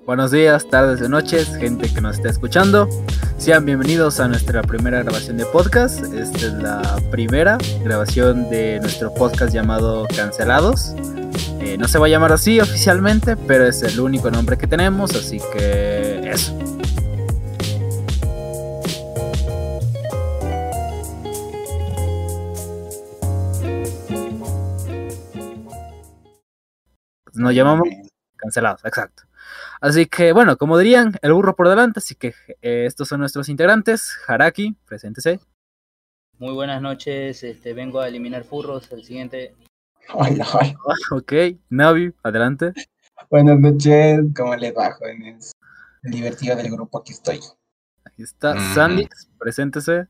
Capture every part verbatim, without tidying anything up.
Buenos días, tardes o noches, gente que nos está escuchando. Sean bienvenidos a nuestra primera grabación de podcast. Esta es la primera grabación de nuestro podcast llamado Cancelados. Eh, no se va a llamar así oficialmente, pero es el único nombre que tenemos, así que eso. Nos llamamos Cancelados, exacto. Así que, bueno, como dirían, el burro por delante. Así que eh, estos son nuestros integrantes. Haraki, preséntese. Muy buenas noches, este, vengo a eliminar furros. El siguiente. Hola, hola. Ok, Navi, adelante. Buenas noches, ¿cómo les va, jóvenes? El divertido del grupo, aquí estoy. Ahí está, mm. Sandix, preséntese.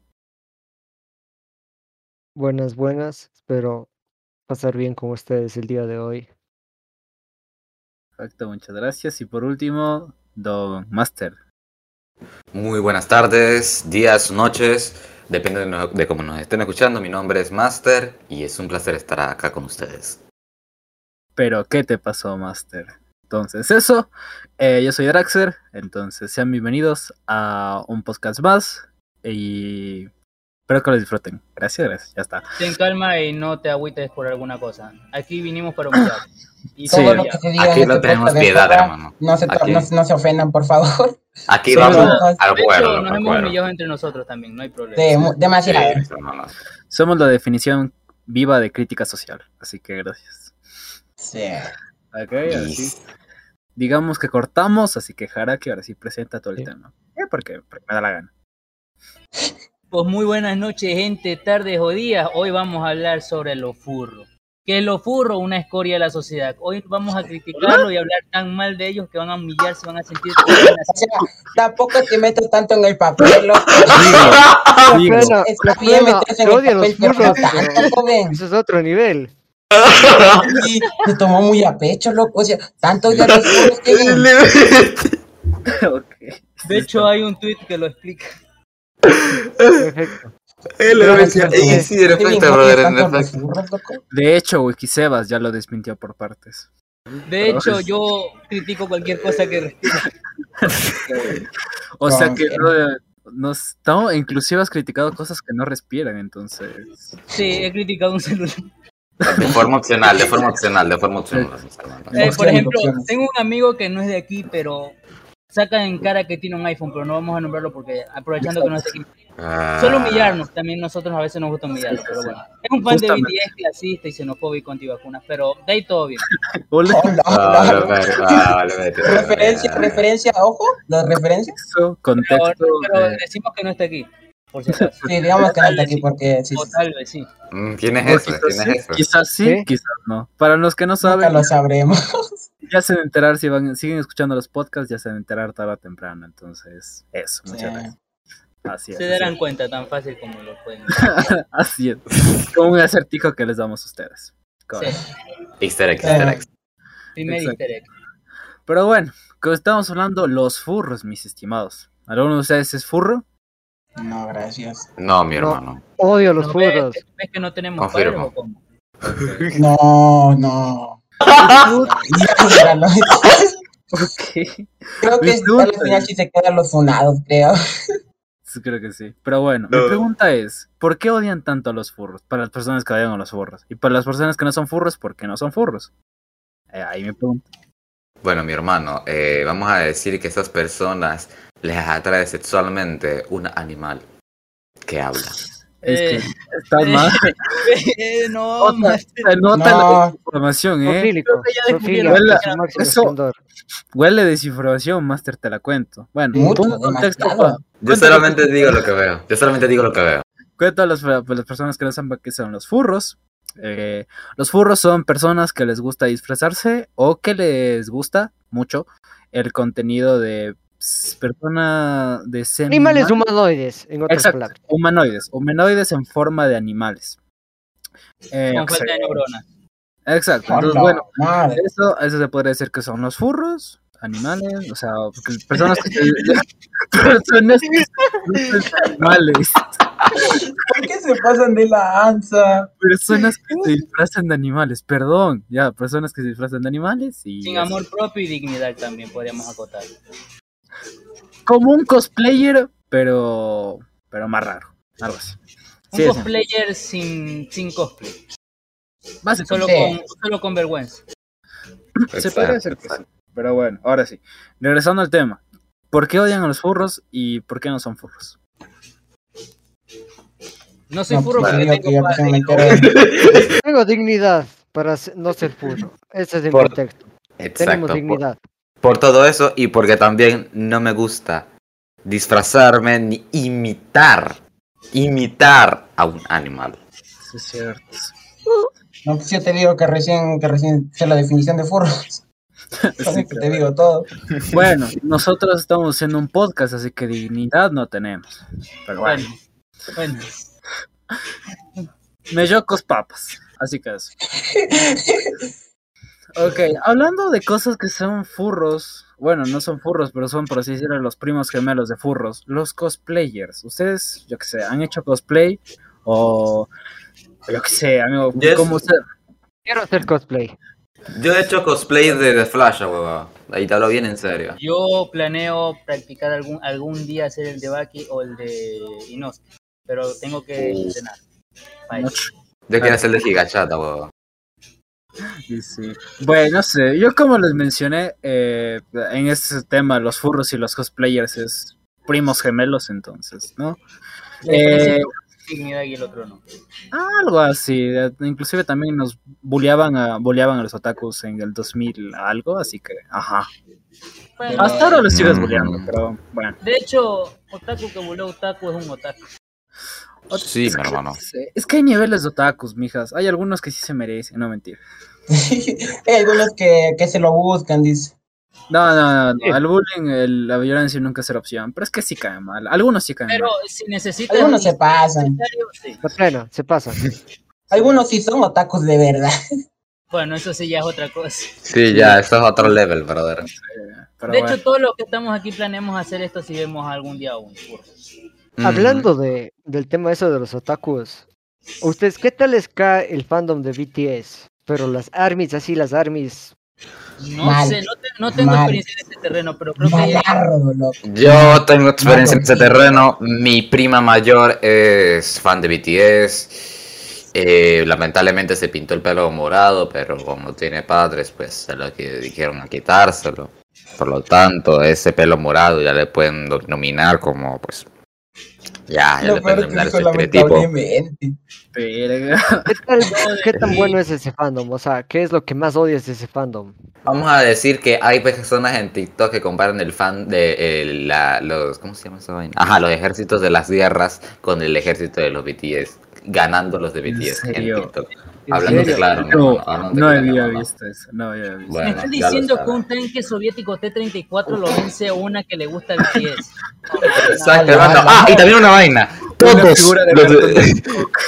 Buenas, buenas, espero pasar bien con ustedes el día de hoy. Perfecto, muchas gracias. Y por último, Don Master. Muy buenas tardes, días, noches, depende de, no, de cómo nos estén escuchando. Mi nombre es Master y es un placer estar acá con ustedes. Pero, ¿qué te pasó, Master? Entonces, eso, eh, yo soy Draxer, entonces sean bienvenidos a un podcast más y espero que lo disfruten. Gracias, gracias, ya está. Ten calma y no te agüites por alguna cosa. Aquí vinimos para humillar. Y todo sí, lo que se diga aquí no tenemos piedad, hermano. No se, no, no se ofendan, por favor. Aquí sí, vamos al acuerdo. Nos hemos humillado entre nosotros también, no hay problema. De, demasiado. Sí, somos la definición viva de crítica social, así que gracias. Sí. Ok, así. Digamos que cortamos, así que Haraki ahora sí presenta todo el sí. tema. ¿Eh? Porque, porque me da la gana. Pues muy buenas noches, gente, tardes o días. Hoy vamos a hablar sobre los furros. Que los furros, una escoria de la sociedad. Hoy vamos a criticarlo y hablar tan mal de ellos que van a humillarse, van a sentir... O sea, tampoco te metas tanto en el papel, loco. Digo, digo. Es que odian los furros, eso es otro nivel. Sí, se tomó muy a pecho, loco. O sea, tanto ya los furros tienen. Okay. De hecho, hay un tweet que lo explica. Perfecto. De hecho, Wikisebas ya lo desmintió por partes. De hecho, yo critico cualquier cosa que respira. O sea que no, no, no, inclusive has criticado cosas que no respiran, entonces. Sí, he criticado un celular. De forma opcional, de forma opcional, de forma opcional. Eh, por ejemplo, tengo un amigo que no es de aquí, pero saca en cara que tiene un iPhone, pero no vamos a nombrarlo porque aprovechando que no está aquí. Ah. Solo humillarnos, también nosotros a veces nos gusta humillarnos, sí, pero bueno. Es un fan Justamente. de B T S clasista y xenofóbico antivacunas, pero de ahí todo bien. Hola, hola, hola. Referencia, referencia, ojo, las referencias. Eso, contexto. Pero, pero eh. decimos que no está aquí, por si acaso. Sí, digamos que no está aquí porque sí. O tal vez sí. ¿Quién es ese? ¿Quién es ese? Quizás sí, ¿Sí? quizás no. Para los que no saben. Nunca lo sabremos. Ya se van a enterar, si van, siguen escuchando los podcasts, ya se van a enterar tarde o temprano. Entonces, eso, muchas sí. gracias. Así es, se darán así cuenta tan fácil como lo pueden. Así es. Como un acertijo que les damos a ustedes. Sí. Easter egg, easter egg. Primer easter egg. Pero bueno, como estamos hablando, los furros, mis estimados. ¿Alguno de ustedes es furro? No, gracias. No, mi hermano. No, odio los no, furros. ¿Ves, ¿Ves que no tenemos padres o cómo? Okay. No, no. Okay. Creo que al final sí se quedan los funados, creo. Sí, creo que sí. Pero bueno, no. Mi pregunta es, ¿por qué odian tanto a los furros? Para las personas que odian a los furros. Y para las personas que no son furros, ¿por qué no son furros? Eh, ahí me pregunto. Bueno, mi hermano, eh, vamos a decir que esas personas les atrae sexualmente un animal que habla. Es que eh, estás eh, mal. Eh, no, nota, se nota no. La desinformación, ¿eh? Profílico, profílico, huele, eso, huele desinformación, Master, te la cuento. Bueno, mucho, contexto. Pa, yo solamente digo lo que veo. Yo solamente digo lo que veo. Cuento a las, a las personas que no saben qué son los furros. Eh, los furros son personas que les gusta disfrazarse o que les gusta mucho el contenido de persona de semi animales humanoides, en otras Exacto, palabras. Humanoides, humanoides en forma de animales. Eh, Con falta de neuronas. Exacto. Entonces, bueno, eso, eso se podría decir que son los furros, animales, o sea, personas que personas que animales. ¿Por qué se pasan de la ansa? Personas que se disfrazan de animales, perdón, ya, personas que se disfrazan de animales y... Sin amor así. Propio y dignidad también podríamos acotar. Como un cosplayer, pero pero más raro, algo así. Un sí, cosplayer sin, sin cosplay. Solo con, solo con vergüenza. Se puede hacer que sí, pero bueno, ahora sí. Regresando al tema. ¿Por qué odian a los furros y por qué no son furros? No soy no, furro porque tengo, tengo... tengo dignidad para no ser furro. Ese es el por... contexto. Exacto, tenemos dignidad. Por, por todo eso y porque también no me gusta disfrazarme ni imitar, imitar a un animal. Sí, es cierto. No, pues yo te digo que recién, que recién sé la definición de furros. Sí, que te digo todo. Bueno, nosotros estamos haciendo un podcast, así que dignidad no tenemos. Pero bueno. Bueno. Mellocos papas, así que eso. Ok, hablando de cosas que son furros, bueno, no son furros, pero son, por así decirlo, los primos gemelos de furros, los cosplayers. Ustedes, yo qué sé, ¿han hecho cosplay? O, yo qué sé, amigo, yes. ¿Cómo usted? Quiero hacer cosplay. Yo he hecho cosplay de The Flash, huevón. Ahí te hablo bien en serio. Yo planeo practicar algún algún día hacer el de Baki o el de Inosuke, pero tengo que uh. entrenar. Yo quiero hacer el de Higachata, huevón. Sí, sí. Bueno, no sé, yo como les mencioné, eh, en este tema los furros y los cosplayers es primos gemelos, entonces, ¿no? Eh, dignidad y el otro no. Algo así, inclusive también nos bulleaban a, bulleaban a los otakus en el dos mil algo, así que, ajá. Bueno, hasta ahora los sigues bulleando, pero bueno. De hecho, otaku que bullea otaku es un otaku. Sí, es mi que, hermano. Es que hay niveles de otakus, mijas. Hay algunos que sí se merecen, no mentir. Hay algunos que, que se lo buscan, dice. No, no, no, no. El bullying, el, la violencia nunca será opción. Pero es que sí caen mal. Algunos sí caen pero mal. Pero si necesitas... Algunos se pasan. Sí. Bueno, se pasan. Algunos sí son otakus de verdad. Bueno, eso sí ya es otra cosa. Sí, ya, eso es otro level, brother. Sí, pero de bueno. hecho, todos los que estamos aquí planeamos hacer esto si vemos algún día un curso. Mm. Hablando de, del tema eso de los otakus, ¿ustedes qué tal les cae el fandom de B T S? Pero las armies, así las armies... No mal, sé, no, te, no tengo mal, experiencia en este terreno, pero creo que... Largo, yo tengo experiencia en este terreno. Mi prima mayor es fan de B T S. Eh, lamentablemente se pintó el pelo morado, pero como tiene padres, pues se lo que dijeron a quitárselo. Por lo tanto, ese pelo morado ya le pueden nominar como, pues... Ya, ya no, le pueden nominar ese estereotipo. ¿Qué, tal, ¿Qué tan bueno es ese fandom? O sea, ¿qué es lo que más odias de ese fandom? Vamos a decir que hay personas en TikTok que comparan el fan de eh, la, los... ¿Cómo se llama esa vaina? Ajá, los ejércitos de las guerras con el ejército de los B T S. Ganando los de B T S en, en TikTok. Hablando claro, no, no, no había visto eso, no había visto. Bueno, me estás diciendo que un tanque soviético T treinta y cuatro lo vence a una que le gusta B T S. Exacto, hermano. Ah, y también una vaina. Todos una figura de los de...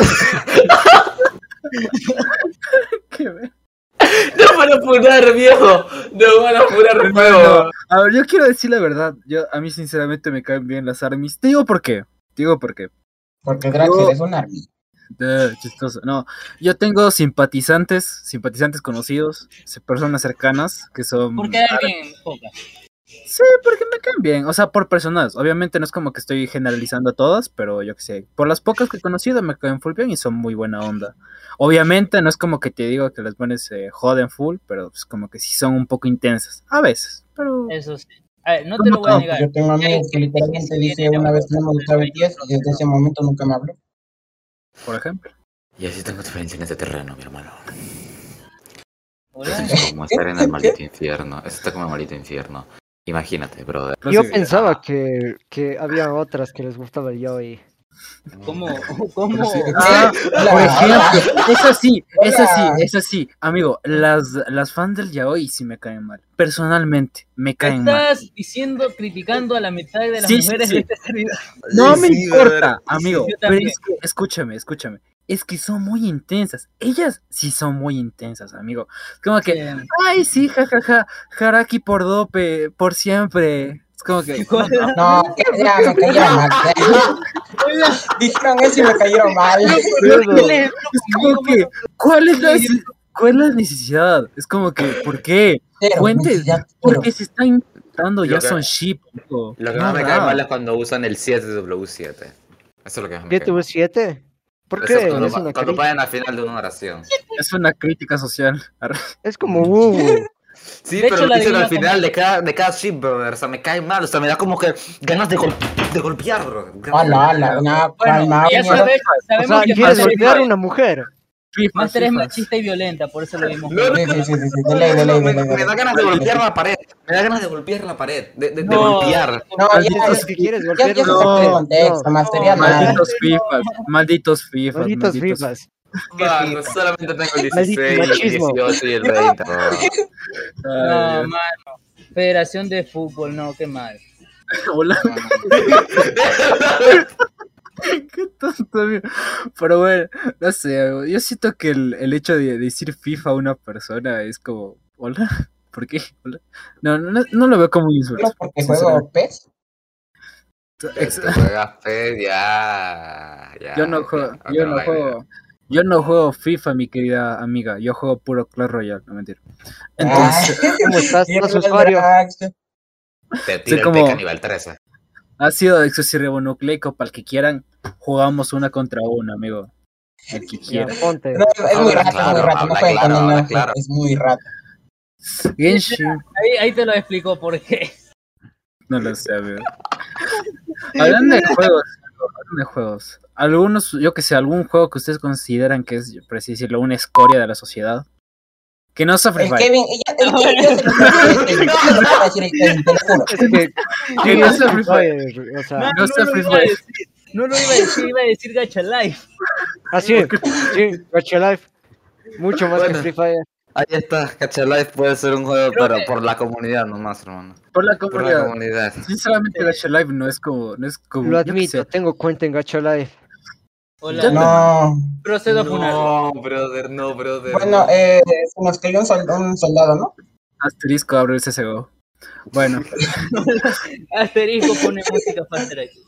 ¿Qué ve? No van a apurar, viejo. No van a apurar, nuevo. A ver, yo quiero decir la verdad. Yo, a mí sinceramente me caen bien las armies. Te digo por qué. Te digo por qué. Porque Draxler es un army. De, chistoso. No, yo tengo simpatizantes, simpatizantes conocidos, personas cercanas que son. ¿Por qué alguien pocas? Sí, porque me caen bien, o sea, por personas. Obviamente no es como que estoy generalizando a todas, pero yo qué sé, por las pocas que he conocido me caen full bien y son muy buena onda. Obviamente no es como que te digo que las buenas se joden full, pero es como que sí son un poco intensas, a veces, pero... Eso sí. A ver, no te lo voy a negar. Yo tengo amigos que literalmente dice una vez que no me gustaba B T S y desde ese momento nunca me habló. Por ejemplo. Y así tengo experiencia en este terreno, mi hermano. Eso es como estar en el maldito infierno. Eso está como el maldito infierno. Imagínate, brother. Yo pensaba ah. que, que había otras que les gustaba el yaoi. ¿Cómo? ¿Cómo? Ah, por ejemplo, eso sí, eso sí, eso sí, amigo, las, las fans del yaoi sí me caen mal. Personalmente, me caen ¿Estás mal. Estás diciendo, criticando a la mitad de las sí, mujeres sí, de sí. esta servidor? No sí, me sí, importa, amigo, sí, pero es que, escúchame, escúchame. Es que son muy intensas. Ellas sí son muy intensas, amigo. Como que, sí. Ay, sí, jajaja, ja, ja, Haraki por dope, por siempre. Es como que... No, que ya me cayeron mal. Dijeron eso y me cayeron mal. Es como que, ¿cuál es la, cuál es la necesidad? Es como que, ¿por qué? Fuentes, porque se está intentando, ya son ship. Lo que más me cae mal es cuando usan el siete W siete. Eso es lo que más me cae mal. ¿siete W siete? ¿Por Eso qué? es cuando, Es una cuando crítica. vayan al final de una oración. Es una crítica social. Es como Google. Sí, De pero hecho, lo la dicen al Divina final de cada, de cada ship, brother. O sea, me cae mal. O sea, me da como que ganas de, gol de golpear, bro. Hola, hola, una calma. Ya sabes, O sabemos sea, que quieres Master golpear a una mujer. Master es machista y violenta, por eso lo vimos. No, no, Sí, sí, sí, sí, sí, de ley, de ley, de me, ley, de me ley. da ganas de golpear la pared. Me da ganas de golpear la pared. De, de, de No. golpear. No, ya Es es que quieres ya, golpear ya se a una sacó de mujer. contexto, No, Master, ya nada. Malditos fifas, malditos fifas, Malditos malditos fifas. Mano, solamente tengo el Maldito dieciséis, el machismo. dieciocho y el veinte, bro. No, mano. Federación de Fútbol, no, qué mal. Hola. Qué tonto, amigo. Pero bueno, no sé, amigo, yo siento que el, el hecho de decir FIFA a una persona es como, hola, ¿por qué? Hola. No, no, no lo veo como un insulto. Solo porque juego P E S. Ex que juegas P, ya, ya. Yo no juego, ya, yo otra no vaina. juego, yo no juego FIFA, mi querida amiga. Yo juego puro Clash Royale, no mentira. Entonces, ¿Cómo estás? Y ¿Estás el usuario? Drax. Te tira el como- P K nivel trece. ha sido exorribonucleico para el que quieran. Jugamos una contra una, amigo. El que Ya, quiera. ponte. No, es muy Habla rato, claro, muy rato. No habla jueguen con claro, él, habla no, claro. es muy rato. Genshin, Ahí, ahí te lo explico por qué. no lo sé, amigo. Hablando de juegos, hablando de juegos. Algunos, yo que sé, algún juego que ustedes consideran que es, por así decirlo, una escoria de la sociedad. Que no sea Free El Fire. Kevin, ya- el Kevin, yo se lo voy a decir, yo se lo voy a decir el Kevin, te lo juro. Es que, Que no sea Free Fire. Fire, o sea, Mano, no no, sea lo Free iba a Fire. decir. No lo iba a decir, iba a decir Gacha Life. así, sí, Gacha Life. Mucho más Bueno. que Free Fire. Ahí está, Gacha Life puede ser un juego, Creo pero que- por la comunidad nomás, hermano. Por la Por la comunidad. comunidad. Sinceramente, Gacha Live no es como. No es como Lo yo qué admito, sé. tengo cuenta en Gacha Life. Hola, No, procedo a funar. No, brother, no, brother. bueno, no. eh, se nos cayó un, sol- un soldado, ¿no? Asterisco abre el C S G O. Bueno, Asterisco pone música faster aquí.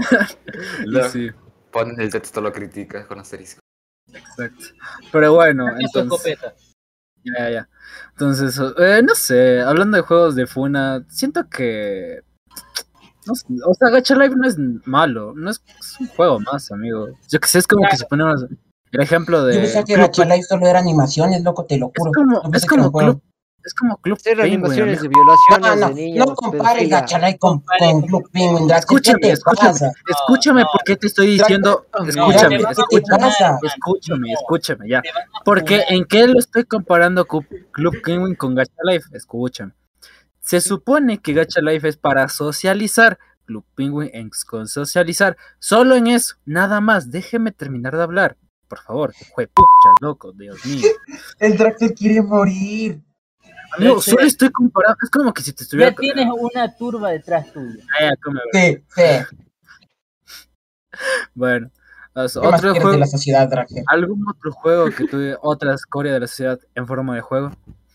Lo- sí, Ponen el texto, lo criticas con asterisco. exacto. Pero bueno, Saca su entonces. escopeta. Ya, ya, ya. Entonces, eh, no sé, hablando de juegos de Funa, siento que. No sé, o sea, Gacha Life no es malo, no es, es un juego más, amigo. Yo que sé, es como que se pone unas- el ejemplo de. Yo pensaba que Club- Gacha Life solo era animaciones, loco, te lo es juro. como, Yo pensé es que era como un juego. Club. Es como Club Hacer Penguin, animaciones amigo. de violaciones No, no, de niños. no compare pedofilia. Gacha Life con, Compare con con- Club Penguin, Drax. ¿Qué Escúchame, te escúchame, pasa? escúchame no. porque te estoy diciendo. No, Escúchame, te van a ¿qué te escúchame, pasa? escúchame, escúchame, ya. Te van a Porque funar. ¿en qué lo estoy comparando Cu- Club Penguin con Gacha Life? Escúchame. Se supone que Gacha Life es para socializar, Club Penguin es con socializar. Solo en eso, nada más. Déjeme terminar de hablar. Por favor, juepuchas, loco, Dios mío. El Drax se quiere morir. Amigo, Ese- solo estoy comparando. Es como que si te estuviera. Ya tienes una turba detrás tuya. Ah, ya, come, bro. Sí, sí. Bueno, o sea, ¿Qué más otro quieres juego. de la sociedad, Drax? ¿Algún otro juego que tuve otra escoria de la sociedad en forma de juego?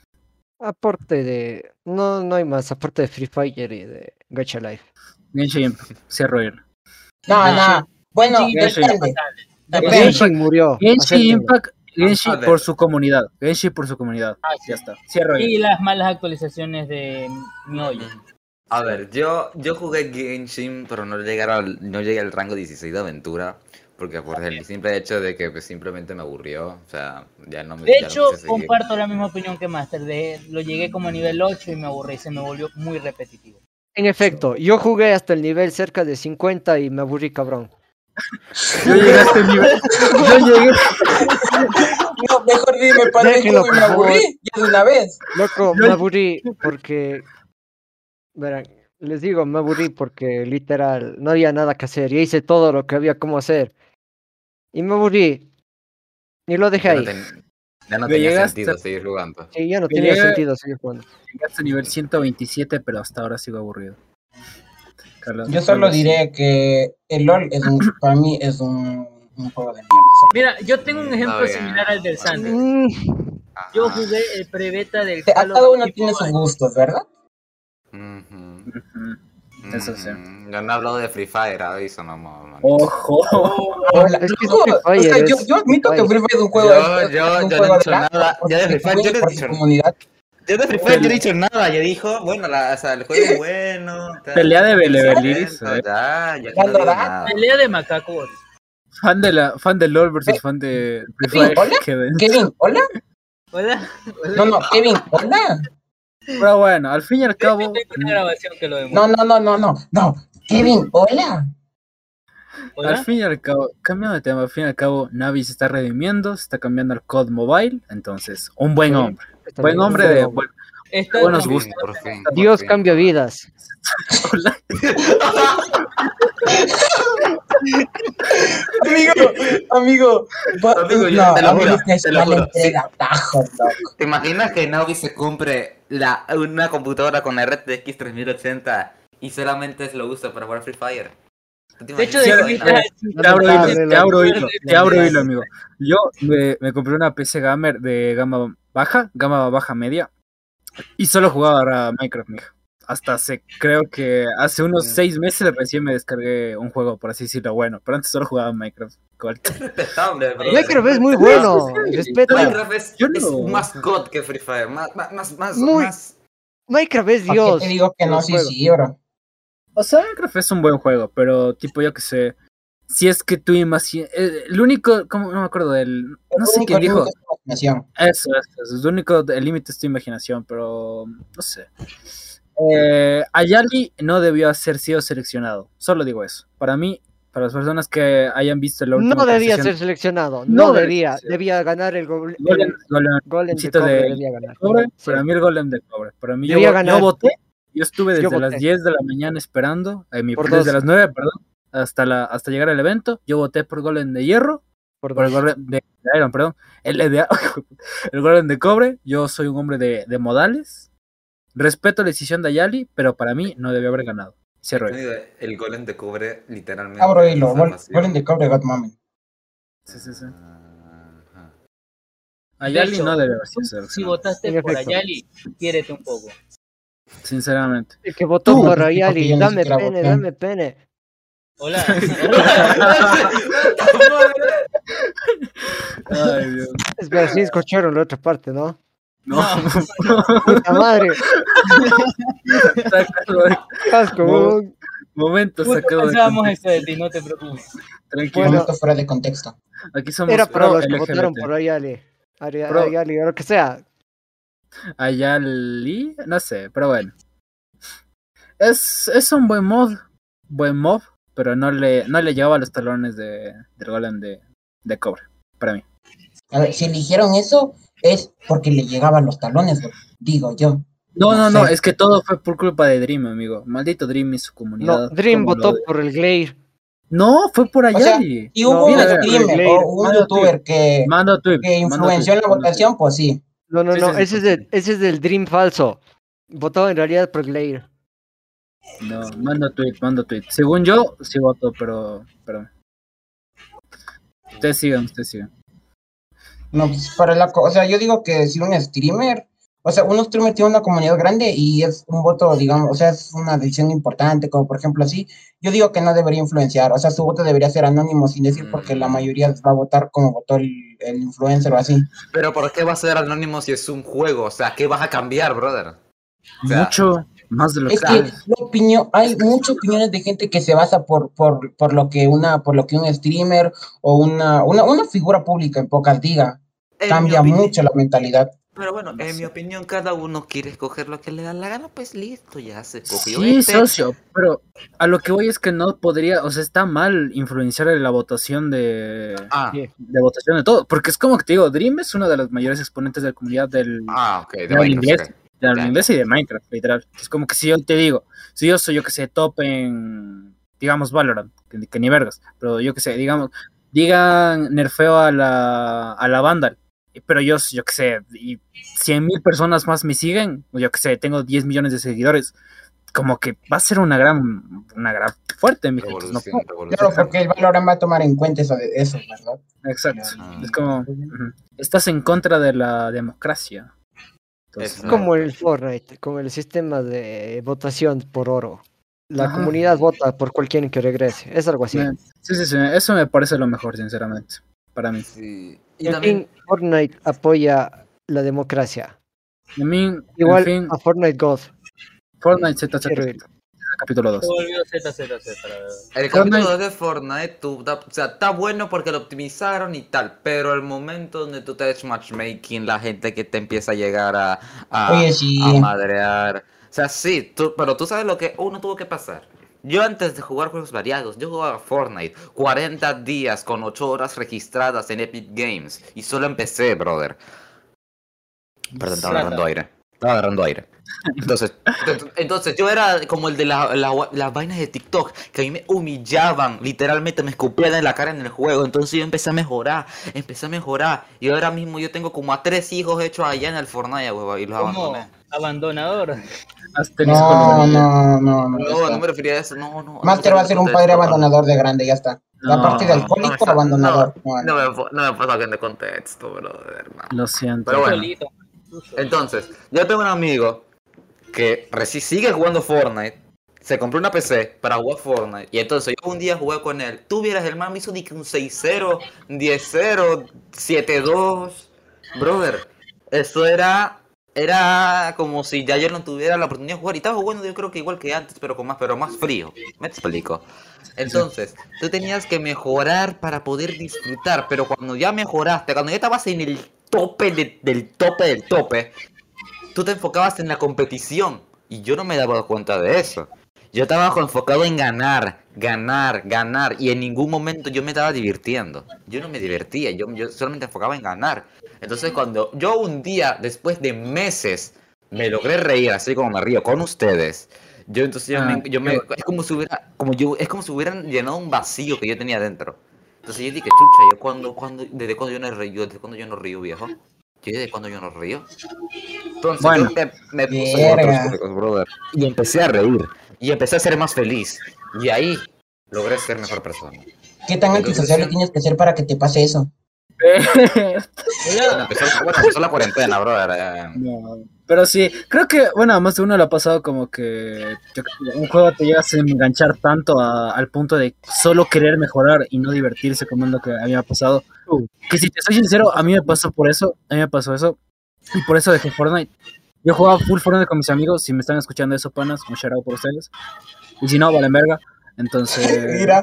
Aparte de. No, no hay más, aparte de Free Fire y de Gacha Life. Genshin Impact, cierro ir. No, no. Bueno, Sí, Genshin. depende. Depende. Genshin murió. Genshin acéptenlo. Impact, Genshin A ver. por su comunidad. Genshin por su comunidad. Ah, sí. Ya está. Cierro ir. Y las malas actualizaciones de Miollo. A ver, yo, yo jugué Genshin, pero no llegué, al, no llegué al rango dieciséis de aventura. Porque por el simple hecho de que pues, simplemente me aburrió. O sea, ya no me De ya no hecho, quise seguir. comparto la misma opinión que Master. De, lo llegué como a nivel ocho y me aburrí. Se me volvió muy repetitivo. En efecto, yo jugué hasta el nivel cerca de cincuenta y me aburrí, cabrón. Yo llegué a este nivel. Yo llegué. No, mejor dime, padre, Déjenlo, y me por favor. aburrí. Ya de una vez. Loco, Yo- me aburrí porque. Verán, les digo, me aburrí porque literal no había nada que hacer. Y hice todo lo que había como hacer. Y me aburrí. Y lo dejé Ya no, ahí. ten- ya no Me tenía llegaste- sentido seguir jugando. Sí, ya no Me tenía llega- sentido seguir jugando. Llegué hasta nivel ciento veintisiete, pero hasta ahora sigo aburrido. Carlos, Yo solo Carlos. diré que el LOL es un, para mí es un, un juego de mierda. Mira, yo tengo un ejemplo bien. similar al del Sander. Mm, Yo Ajá. jugué el pre-beta del A Call of cada uno Duty tiene sus Mobile. gustos, ¿verdad? Ujú. Ujú. Eso sí. Yo no hablo de Free Fire, aviso, no, no. Ojo. Oh, la- Es que loco, Free o Fire sea, yo, es- yo admito que Free Fire es un juego, Yo- es- es yo- un yo juego no he dicho de la- nada. por Ya de su Free Fire yo no he por su dicho nada. comunidad. Yo de Free Fire yo no he dicho nada, yo dijo, bueno, la, o sea, el juego es bueno. tal, Pelea de tal, Belebeliris, tal, eh. Ya, ya Ya no digo lo da. nada. Pelea de macacos. Fan de la, fan de LOL versus Eh, fan de Free Kevin, Fire. hola. Qué denso. Kevin, hola. Hola. No, no, Kevin, hola. Pero bueno, al fin y al cabo. Tengo una grabación que lo demuestra. No, no, no, no, no, no. Kevin, hola. ¿Hola? Al fin y al cabo, cambiando de tema, al fin y al cabo, Navi se está redimiendo, se está cambiando al C O D Mobile, entonces, un buen Sí, hombre. está Buen bien, hombre un de buen buen- Está buenos con- gustos. Por fin, por Dios fin. cambia vidas. Hola. Amigo, amigo. va- Amigo, yo no, te lo amigo, juro, es te lo mala juro, entrega, tajo, loco. ¿Te imaginas que Navi se compre la, una computadora con R T X tres mil ochenta y solamente lo usa para jugar Free Fire? ¿Tú te De hecho, imaginas de esa que vaina? Te abro Lamentable, hilo, te la- abro hilo, te abro la- hilo, amigo. Yo me, me compré una P C gamer de gama baja, gama baja media, y solo jugaba a Minecraft, mija. Hasta hace, creo que hace unos seis meses recién me descargué un juego, por así decirlo, bueno, pero antes solo jugaba Minecraft. Cualquier- Respetable, bro. Minecraft es muy bueno. sí, sí. Respeta. Minecraft es, Yo es no- más God que Free Fire, más, más, más, más, Muy- más- Minecraft es ¿Para qué Dios. te digo que no? los Sí, juegos. sí, bro. O sea, Minecraft es un buen juego, pero tipo yo que sé, si es que tú imaginas, el único, ¿cómo? No me acuerdo del, no sé quién dijo. Único es tu imaginación. Eso, eso, eso, es lo único, el límite es tu imaginación, pero no sé. Eh, Ayali no debió haber sido seleccionado, solo digo eso. Para mí, para las personas que hayan visto la última No debía actualización- ser seleccionado. No, No debía. debía ser. Debía ganar el, go- el Golem, Golem- golem de Golem cobre. de- Debía ganar. cobre, Sí. para mí el golem de cobre. Para mí yo, Debía yo ganar. voté, yo estuve desde Yo voté. las diez de la mañana esperando, eh, mi- Por desde dos. las nueve, perdón, hasta la hasta llegar al evento. Yo voté por golem de hierro, Por por el dos. golem de iron, perdón, el de el golem de cobre. Yo soy un hombre de, de modales. Respeto la decisión de Ayali, pero para mí no debió haber ganado. Cierro ahí. El golem de cobre, literalmente. Abro hilo. es Gol- salvación. Golem de cobre, God Moment. Sí, sí, sí. Ajá. Ayali De hecho, no debe haber sido Si seleccionado, votaste En por efecto. Ayali, quiérete un poco. sinceramente. El que votó Tú, por porque Ayali. yo ni Dame siquiera pene, voté. dame pene. Hola. Ay, Dios. Espera, sí escucharon la otra parte, ¿no? No. ¡Puta madre! Sácalo de- Asco, No. huevón. Momento Justo sacado de pensábamos contexto. eso de ti, no te preocupes. Tranquilo. Bueno. Momento fuera de contexto. Aquí somos Era para pro los que L G B T. votaron por Ayali. Ari- Pro. Ayali, o lo que sea. Ayali, no sé, pero bueno. Es, es un buen mod, buen mob, pero no le, no le llegaba a los talones de, del golem de, de cobre, para mí. A ver, si eligieron eso, es porque le llegaban los talones, bro. Digo yo. No, no, no, Sí. es que todo fue por culpa de Dream, amigo. Maldito Dream y su comunidad. No, Dream como votó lo de- por el Glare. No, fue por O sea, Ayali. si hubo No, un mira, mira, streamer Glare. o un Manda youtuber que, Mando tweet. que mando influenció en tweet, la mando votación, pues sí. No, no, Sí, no, sí, ese, sí, es del, ese es del Dream falso. Votó en realidad por Glare. tweet. No, mando tweet, mando tweet. Según yo, sí voto, pero. pero... Ustedes sigan, ustedes sigan. No, pues para la, co- o sea, yo digo que si un streamer, o sea, un streamer tiene una comunidad grande y es un voto, digamos, o sea, es una decisión importante, como por ejemplo así, yo digo que no debería influenciar, o sea, su voto debería ser anónimo sin decir porque la mayoría va a votar como votó el, el influencer o así. Pero ¿por qué va a ser anónimo si es un juego? O sea, ¿qué vas a cambiar, brother? O sea, Mucho más de lo Es que. que la opinión, hay muchas opiniones de gente que se basa por, por, por lo que una, por lo que un streamer o una, una, una figura pública en pocas diga, en cambia mi opini- mucho la mentalidad. Pero bueno, en mi opinión, cada uno quiere escoger lo que le da la gana, pues listo, ya se escogió Sí, este. socio, pero a lo que voy es que no podría, o sea, está mal influenciar en la votación de, Ah, Sí. de votación de todo, porque es como que te digo, Dream es uno de los mayores exponentes de la comunidad del, ah, ok, de del Minecraft, inglés, ok. del Ya, inglés y de Minecraft, literal. Es como que si yo te digo, si yo soy yo que sé, top en, digamos, Valorant, que, que ni vergas, pero yo que sé, digamos, digan nerfeo a la, a la Vandal, pero yo, yo que sé, y cien mil personas más me siguen, o yo que sé, tengo diez millones de seguidores, como que va a ser una gran, una gran fuerte, mi gente. No, Revolución, revolución. Claro, porque el Valorant va a tomar en cuenta eso, de eso, ¿verdad? exacto. Ah. Es como, ujú, estás en contra de la democracia. Entonces, Es Es como el Fortnite, con el sistema de votación por oro. la Ajá. comunidad vota por cual quieren que regrese. Es algo así. Me- Sí, sí, sí, eso me parece lo mejor, sinceramente, para mí. Sí. Y Y en también, fin, Fortnite apoya la democracia. En mí, en Igual fin, a Fortnite God. Fortnite Z Z Quiero ir. capítulo dos. Se volvió Z Z Z, la verdad. el Fortnite- capítulo dos de Fortnite, tú, da- o sea, está bueno porque lo optimizaron y tal, pero el momento donde tú te haces matchmaking, la gente que te empieza a llegar a, a, Oye, sí. a madrear. O sea, sí, tú, pero tú sabes lo que uno tuvo que pasar. Yo antes de jugar juegos variados, yo jugaba Fortnite cuarenta días con ocho horas registradas en Epic Games y solo empecé, brother. Perdón, estaba Plata. agarrando aire. Estaba agarrando aire. Entonces, entonces, entonces yo era como el de la- la- las vainas de TikTok, que a mí me humillaban, literalmente me escupían en la cara en el juego. Entonces yo empecé a mejorar, empecé a mejorar. Y ahora mismo yo tengo como a tres hijos hechos allá en el Fortnite, huevón, y los Como abandoné. abandonador. Asterisco No, número no, no, no. ya No, está. no me refería a eso, no, no. no Master me va a ser un refería padre esto. abandonador de grande, ya está. No, Aparte de No, no me alcohólico, sa- abandonador. No, No, no no. me, po- no me saquen de contexto, brother, hermano. Lo siento. Pero bueno. Solito. Tú solito. Entonces, yo tengo un amigo que reci- sigue jugando Fortnite, se compró una P C para jugar Fortnite, y entonces yo un día jugué con él. Tú vieras, el man me hizo ni que un seis cero, diez cero, siete dos. Brother, eso era era como si ya yo no tuviera la oportunidad de jugar. Y estaba jugando yo creo que igual que antes, pero con más, pero más frío. ¿Me explico? Entonces, tú tenías que mejorar para poder disfrutar, pero cuando ya mejoraste, cuando ya estabas en el tope de- del tope del tope, tú te enfocabas en la competición y yo no me daba cuenta de eso. Yo estaba enfocado en ganar, ganar, ganar y en ningún momento yo me estaba divirtiendo. Yo no me divertía, yo, yo solamente enfocaba en ganar. Entonces cuando yo un día, después de meses, me logré reír así como me río con ustedes, yo entonces yo, Ah, me, yo qué me- bueno. es como si hubiera, como yo, es como si hubieran llenado un vacío que yo tenía dentro. Entonces yo dije, chucha, yo cuando, cuando, desde cuando yo no río, desde cuando yo no río, viejo. Yo desde cuando yo no río. Entonces Bueno. yo me, me puse con otros Verga. juegos, brother. Y empecé a reír. Y empecé a ser más feliz. Y ahí logré ser mejor persona. ¿Qué tan En antisocial conclusión, tienes que ser para que te pase eso? bueno, empezó, bueno, empezó la cuarentena, brother. eh. No, pero sí, creo que, bueno, a más de uno le ha pasado como que yo- un juego te llegas a enganchar tanto a- al punto de solo querer mejorar y no divertirse, como es lo que a mí me ha pasado. Que si te soy sincero, a mí me pasó por eso, a mí me pasó eso, y por eso dejé Fortnite. Yo jugaba full Fortnite con mis amigos, si me están escuchando eso, panas, un shout out por ustedes. Y si no, valen verga. Entonces, Mira,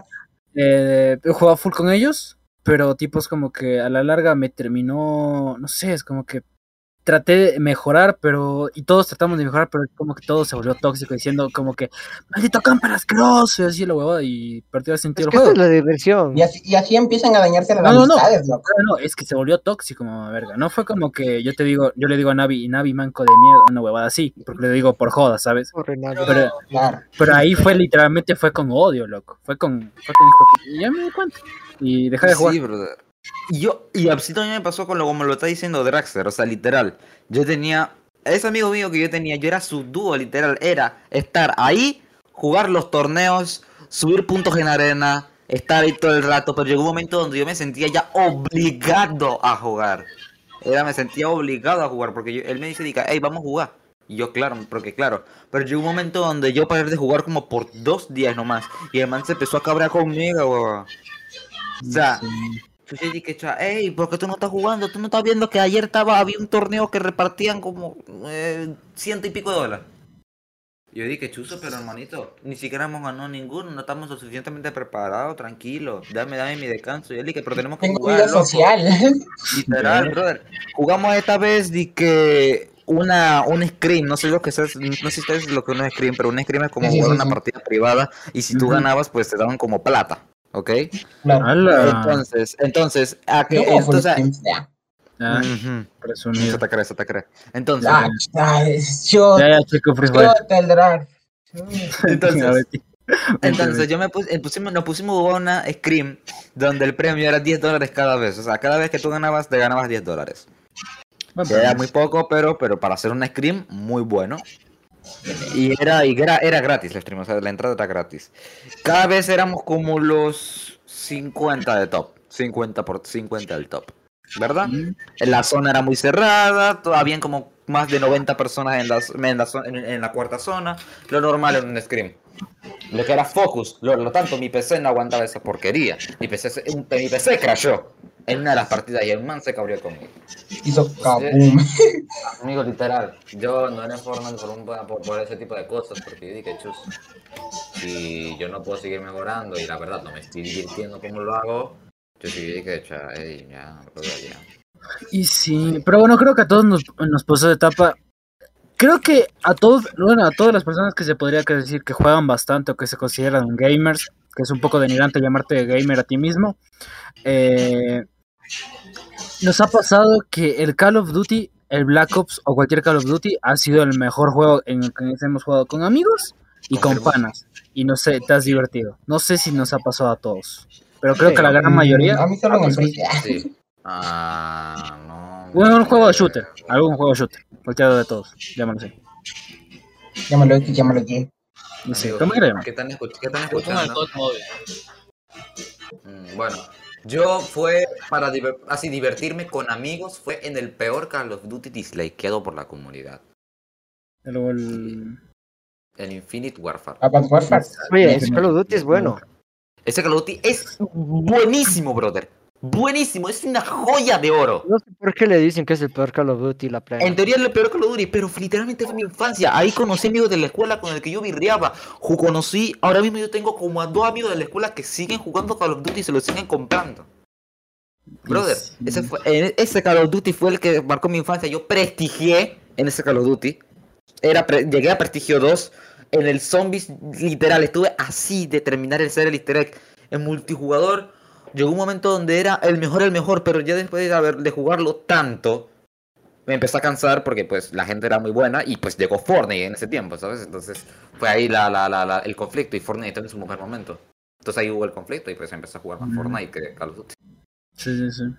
eh, yo jugaba full con ellos, pero tipo es como que a la larga me terminó, no sé, es como que traté de mejorar, pero, y todos tratamos de mejorar, pero es como que todo se volvió tóxico, diciendo como que, maldito camper asqueroso, y así la huevada, y perdió el Es sentido que del esa juego. es la diversión. y así, y así empiezan a dañarse las No, no, no. amistades, loco. No, no, es que se volvió tóxico, mamá verga. No fue como que yo te digo, yo le digo a Navi, Navi manco de mierda, una huevada así, porque le digo por joda, ¿sabes? Corre, nadie. Pero, Claro. pero ahí fue literalmente, fue con odio, loco. Fue con, fue con hijo de puta. Y ya me di cuenta. Y dejé de jugar. Sí, brother. Y yo, y así también me pasó con lo como lo está diciendo Draxler, o sea, literal. Yo tenía, ese amigo mío que yo tenía, yo era su dúo, literal, era estar ahí, jugar los torneos, subir puntos en arena, estar ahí todo el rato, pero llegó un momento donde yo me sentía ya obligado a jugar. Era, me sentía obligado a jugar, porque yo- él me dice, diga, hey, vamos a jugar. Y yo, claro, porque claro, pero llegó un momento donde yo paré de jugar como por dos días nomás, y el man se empezó a cabrear conmigo, weón. O sea, Sí. yo dije, cha, hey, ¿por qué tú no estás jugando? ¿Tú no estás viendo que ayer estaba, había un torneo que repartían como eh, ciento y pico de dólares? Yo dije, chuzo, pero hermanito, ni siquiera hemos ganado ninguno, no estamos lo suficientemente preparados, tranquilo, dame, dame mi descanso. Yo le dije, pero tenemos que Tengo jugar, vida loco. social. Literal, brother. Jugamos esta vez de que una, un scream, no sé lo que es, no sé si ustedes lo que es un scream, pero un scream es como Sí, sí, jugar sí, una sí. partida privada y si tú Ujú. ganabas, pues te daban como plata, ¿ok? Claro. ¡Hala! Entonces, entonces, a que Yo como full entonces, streams, ya. Ah, ujú. presumido. Se te cree, se te cree. Entonces, Ah, ay, yo, Ya, ya, chico, Free Fire. yo te el drag. entonces, A ver, tío. entonces yo me puse, eh, pusimos, nos pusimos a jugar una scream donde el premio era diez dólares cada vez. O sea, cada vez que tú ganabas, te ganabas diez dólares. Bueno, Que era muy poco, pero, pero para hacer una scream, muy bueno. Y era, y era, era gratis la stream, o sea, la entrada era gratis. Cada vez éramos como los cincuenta de top. cincuenta por cincuenta del top. ¿Verdad? Mm. La zona era muy cerrada, todavía como más de noventa personas en la, en la, zo- en- en la cuarta zona. Lo normal en un scream. Lo que era Focus, lo, lo tanto mi P C no aguantaba esa porquería. Mi P C, mi P C crashó en una de las partidas y el man se cabrió conmigo. Hizo kabum. Amigo, literal, yo no era Fortnite por, un, por, por ese tipo de cosas, porque yo dije, chus, si yo no puedo seguir mejorando y la verdad no me estoy divirtiendo como lo hago, yo sí dije, cha, ey, ya, ya. Y sí, pero bueno, creo que a todos nos, nos pasó de etapa. Creo que a todos, bueno, a todas las personas que se podría decir que juegan bastante o que se consideran gamers, que es un poco denigrante llamarte gamer a ti mismo, eh, nos ha pasado que el Call of Duty, el Black Ops o cualquier Call of Duty ha sido el mejor juego en el que hemos jugado con amigos y con panas. Y no sé, te has divertido. No sé si nos ha pasado a todos, pero creo sí, que la gran mayoría... A mí solo en el Free. Sí. Ah, no. Bueno, un juego de shooter, algún juego de shooter, cualquiera de todos, llámalo así. Llámalo X, llámalo Y. Sí, Amigo, ¿cómo ¿qué, que llama? ¿qué están, escuch ¿qué están escuchando? Mm, bueno, yo fue para diver así divertirme con amigos, fue en el peor Call of Duty dislikeado por la comunidad. El, el... el Infinite Warfare. Advanced Warfare. Oye, ese Call of Duty es bueno. Ese Call of Duty es buenísimo, brother. Buenísimo, es una joya de oro. No sé por qué le dicen que es el peor Call of Duty la plena. En teoría es el peor Call of Duty, pero literalmente fue mi infancia. Ahí conocí amigos de la escuela con el que yo birreaba. Conocí, ahora mismo yo tengo como a dos amigos de la escuela que siguen jugando Call of Duty y se lo siguen comprando. Brother, ese, fue, ese Call of Duty fue el que marcó mi infancia. Yo prestigié en ese Call of Duty. Era pre llegué a Prestigio dos. En el Zombies, literal, estuve así de terminar el ser el easter egg. En multijugador, llegó un momento donde era el mejor, el mejor, pero ya después de, haber, de jugarlo tanto, me empezó a cansar porque pues la gente era muy buena y pues llegó Fortnite en ese tiempo, ¿sabes? Entonces fue ahí la, la, la, la, el conflicto y Fortnite estaba en su mejor momento. Entonces ahí hubo el conflicto y pues empecé a jugar más mm. Fortnite que Call of Duty. Sí, sí, sí.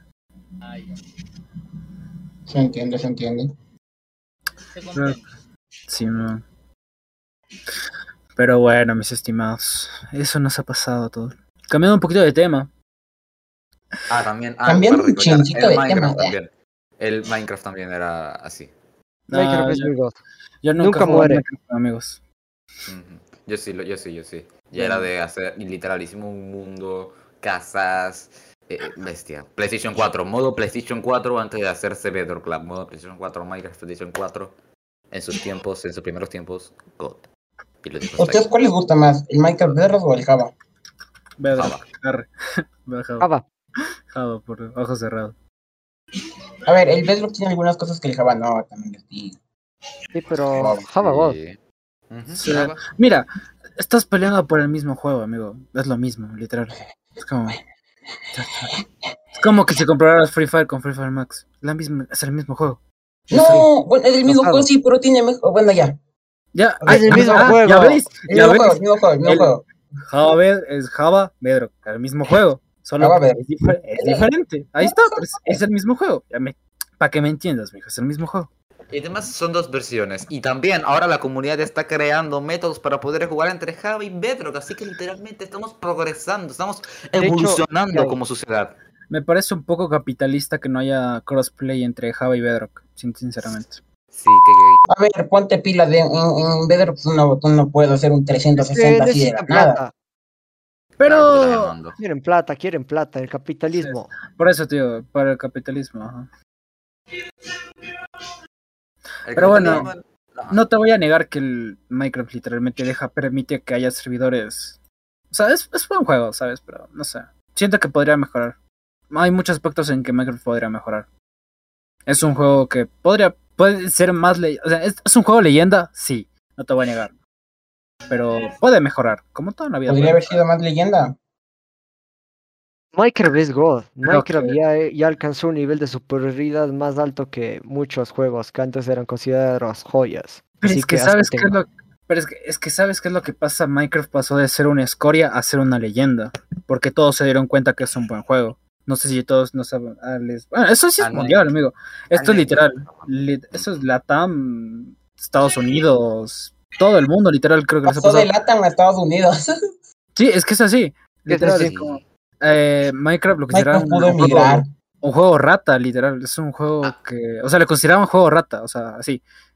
Se entiende, se entiende. Pero, sí, no. Pero bueno, mis estimados, eso nos ha pasado a todos. Cambiando un poquito de tema. Ah, también. Ah, Cambiando un chincito de tema. También. El Minecraft también era así. No, Minecraft es muy god. Yo nunca, nunca muere. Minecraft, amigos. Uh-huh. Yo sí, yo sí, yo sí. Ya era de hacer, literal, hicimos un mundo, casas, eh, bestia. PlayStation cuatro, modo PlayStation cuatro antes de hacerse Bedrock Club. Modo PlayStation cuatro, Minecraft PlayStation cuatro. En sus tiempos, en sus primeros tiempos, God. ¿Ustedes cuál les gusta más? ¿El Minecraft Bedrock o el Java? Bedrock. Java. Java. Java. Java, por ojos cerrados. A ver, el Bedrock tiene algunas cosas que el Java no, también les digo. Sí, pero Java, God. Sí. Uh-huh. Sí. Mira, estás peleando por el mismo juego, amigo. Es lo mismo, literal. Es como... Es como que si compraras Free Fire con Free Fire Max. La misma, es el mismo juego. No, no bueno, es el mismo juego, sí, pero tiene mejor... Bueno, ya. Ya, es el mismo ah, juego. Ya veis, el ya mismo veis. juego, el mismo juego, el mismo el juego. Java es Java Bedrock, el mismo juego. Solo Java, es, difer es diferente. Ahí está, es, es el mismo juego. Para que me entiendas, mijo, es el mismo juego. Y además son dos versiones. Y también ahora la comunidad está creando métodos para poder jugar entre Java y Bedrock. Así que literalmente estamos progresando, estamos evolucionando hecho, como sociedad. Me parece un poco capitalista que no haya crossplay entre Java y Bedrock, sinceramente. Sí, que... A ver, ponte pila de en, en Bedrock, tú no, tú no puedes hacer un trescientos sesenta es así de la nada. Pero claro, quieren plata, quieren plata, el capitalismo. Sí, por eso, tío, para el capitalismo. Ajá. El Pero bueno, no. no te voy a negar que el Minecraft literalmente deja, permite que haya servidores. O sea, es, es buen juego, ¿sabes? Pero no sé. Siento que podría mejorar. Hay muchos aspectos en que Minecraft podría mejorar. Es un juego que podría puede ser más le o sea, ¿es, es un juego leyenda, sí, no te voy a negar. Pero puede mejorar, como toda la vida. Podría haber sido más leyenda. Minecraft es God. Minecraft okay. ya, ya alcanzó un nivel de superioridad más alto que muchos juegos que antes eran considerados joyas. Pero Así es que, que sabes qué es lo Pero es que, es que sabes qué es lo que pasa. Minecraft pasó de ser una escoria a ser una leyenda, porque todos se dieron cuenta que es un buen juego. No sé si todos no saben. Ah, les... Bueno, eso sí es mundial, amigo. Esto es literal. Li... Eso es LATAM, Estados Unidos, todo el mundo, literal, creo que pasó de LATAM a Estados Unidos. Sí, es que es así. Literal, es como, eh, Minecraft lo que será un, pudo un, juego, un juego rata, literal. Es un juego que. O sea, le consideraban juego rata, o sea, así.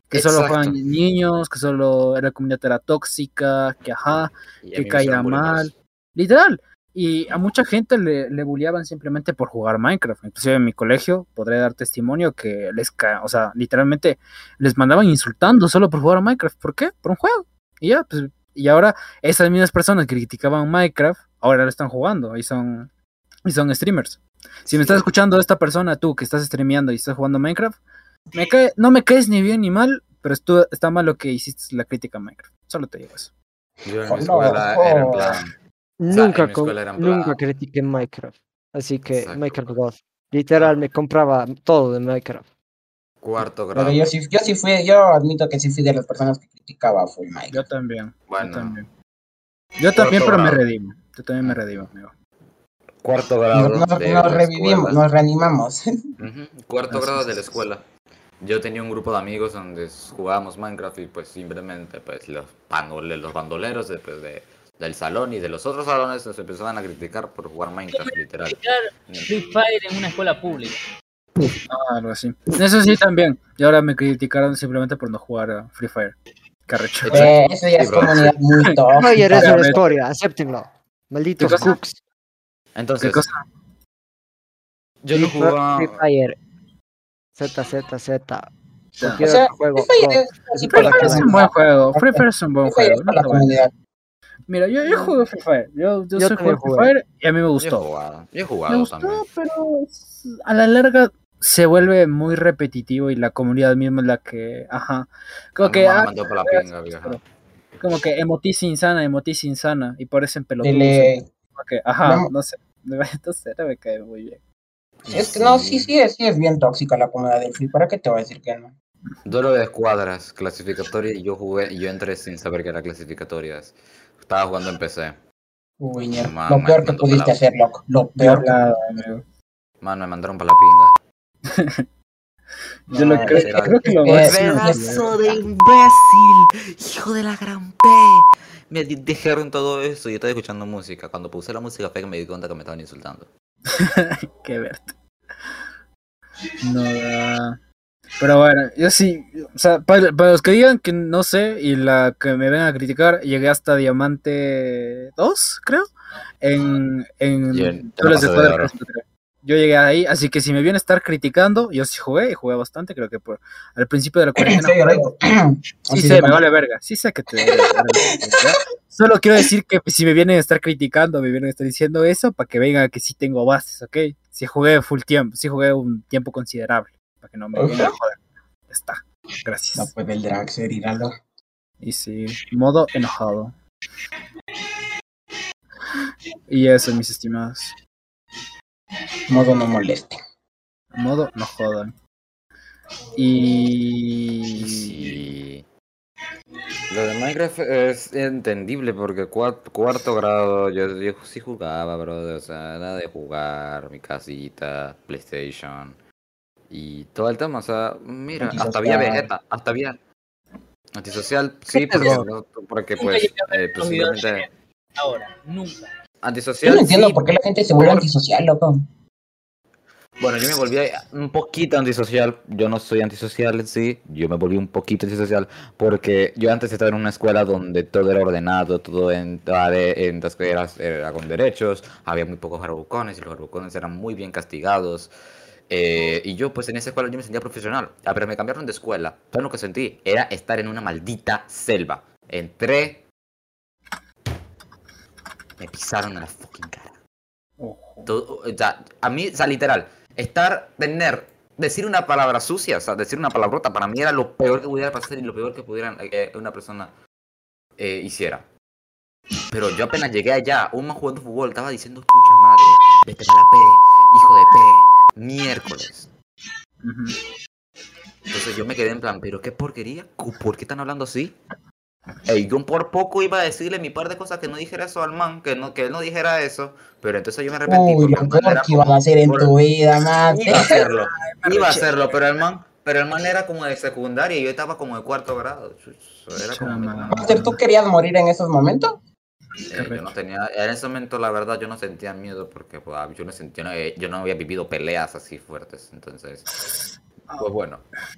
Que Exacto. solo juegan niños, que solo la comunidad era tóxica, que ajá, Y a que mí me caía hicieron bullying por mal. eso. Literal. Y a mucha gente le, le bulleaban simplemente por jugar Minecraft. Inclusive en mi colegio podré dar testimonio que les ca o sea, literalmente les mandaban insultando solo por jugar a Minecraft. ¿Por qué? Por un juego. Y ya, pues, y ahora esas mismas personas que criticaban Minecraft, ahora lo están jugando y son, y son streamers. Si me estás escuchando esta persona, tú que estás streameando y estás jugando Minecraft, me cae, no me caes ni bien ni mal, pero estu- está mal lo que hiciste la crítica a Minecraft. Solo te digo eso. Yo en Oh, mi no, escuela oh. era en plan. O sea, Nunca, en mi con- escuela era en plan. nunca critiqué Minecraft. Así que Exacto. Minecraft God. Literal, me compraba todo de Minecraft. Cuarto grado. Pero yo sí, yo sí fui, yo admito que sí fui de las personas que criticaba a full Yo Minecraft. también. Bueno. Yo también. Yo también, Cuarto pero me grado. redimo. Yo también me redimo, amigo. Cuarto Nos, grado nos- de nos la revivimos, escuela. nos reanimamos. Ujú, Cuarto Así grado es, de la así es. escuela. Yo tenía un grupo de amigos donde jugábamos Minecraft y pues simplemente pues los, bandole- los bandoleros de, pues, de- del salón y de los otros salones nos empezaban a criticar por jugar Minecraft, literal. Criticar Free Fire en una escuela pública. Ah, algo así. Eso sí también. Y ahora me criticaron simplemente por no jugar a Free Fire. Carrecho. Exacto. Eh, eso ya Sí, es bro. comunidad muy Fire tóxica. es una Obviamente. escoria, acéptenlo. Malditos ¿Qué cosa? cooks. Entonces, ¿Qué cosa? yo no Free Fire- jugaba. Free Fire. Z, Z, Z. Ya. Cualquier O sea, otro juego. Free Fire God. es así Free por la Fire es un buen comunidad. juego. Free Fire es un buen Free Fire juego. es No por la te voy a mentir. comunidad. Mira, yo, yo jugué Free Fire. Yo, yo, Yo soy también jugador de Free jugué. Fire y a mí me Yo he gustó. jugado. Yo he Me jugado gustó, también. pero es- a la larga se vuelve muy repetitivo y la comunidad misma es la que, ajá, como A que, mí me ah, mandó por la pero- pinga, vieja. como que emotiza insana, emotiza insana y parecen pelotudos. Dele- Como que, ajá, No. no sé, entonces no me cae muy bien. Es que no, sí, sí es, sí es bien tóxica la comunidad del Free. ¿Para qué te voy a decir que no? Duelo de escuadras, clasificatoria, y yo jugué, y yo entré sin saber que era clasificatorias. Estaba jugando en P C. Uy, ñer, Ma- lo ma- peor que mandó pudiste para la- hacer, loco. Lo peor que Violado, amigo. Mano, me mandaron para la pinga. Yo lo No, creo, literal. creo que lo Es que- máximo que- ¡Pedazo de imbécil! ¡Hijo de la gran P! Me di- dijeron todo eso y yo estaba escuchando música. Cuando puse la música fue que me di cuenta que me estaban insultando. Qué verte. No da. Pero bueno, yo sí, o sea, para, para los que digan que no sé y la que me vengan a criticar, llegué hasta Diamante dos, creo, en, en Yo- yo no duelos de pasé de escuadra oro. clasificatoria. Yo llegué ahí, así que si me viene a estar criticando, yo sí jugué y jugué bastante, creo que por al principio de la En cuarentena. serio, jugué. loco. Sí Así sé, de me cuando- vale verga. Sí sé que te vale verga, ¿ya? Solo quiero decir que si me vienen a estar criticando, me vienen a estar diciendo eso, para que venga que sí tengo bases, ¿ok? Si jugué full tiempo, sí jugué un tiempo considerable, para que no me vengan a joder. Ya está. No Gracias. puede el Draxer ir a lo. Y sí, modo enojado. Y eso, mis estimados. Modo no moleste. Modo no jodan. Y... Sí. Lo de Minecraft es entendible porque cua- cuarto grado yo, yo sí jugaba, bro. O sea, era de jugar, mi casita, PlayStation y todo el tema. O sea, mira, hasta Antisocial. había Vegeta, hasta había antisocial, sí, ¿Qué porque, es, no- porque Nunca pues, llegué a ver eh, pues los videos simplemente Ahora, nunca. Yo antisocial. no entiendo sí, por qué la gente se vuelve por- antisocial, loco. Bueno, yo me volví un poquito antisocial. Yo no soy antisocial en sí. Yo me volví un poquito antisocial porque yo antes estaba en una escuela donde todo era ordenado, todo en, en las que era, era con derechos. Había muy pocos barbucones y los barbucones eran muy bien castigados. Eh, y yo, pues en esa escuela yo me sentía profesional. Ah, pero me cambiaron de escuela. Todo lo que sentí era estar en una maldita selva. Entré. Me pisaron en la fucking cara. Ojo. Todo, o sea, a mí, o sea, literal, estar, tener, decir una palabra sucia, o sea, decir una palabrota, para mí era lo peor que pudiera pasar y lo peor que pudiera que una persona eh, hiciera. Pero yo apenas llegué allá, un man jugando fútbol, estaba diciendo, chucha madre, vete para la P, hijo de P, miércoles. Ujú. Entonces yo me quedé en plan, pero qué porquería, ¿por qué están hablando así? Ey, yo por poco iba a decirle mi par de cosas que no dijera eso al man, que no que él no dijera eso, pero entonces yo me arrepentí Uy, porque lo el man peor era que iba como- a hacer en por- tu vida, man. iba a hacerlo, iba a hacerlo, pero el man, pero el man era como de secundaria y yo estaba como de cuarto grado. Era como mi- Chama. Master, ¿tú querías morir en esos momentos? Eh, yo no tenía, en ese momento la verdad yo no sentía miedo porque pues, yo no sentía, yo no, yo no había vivido peleas así fuertes, entonces, pues bueno.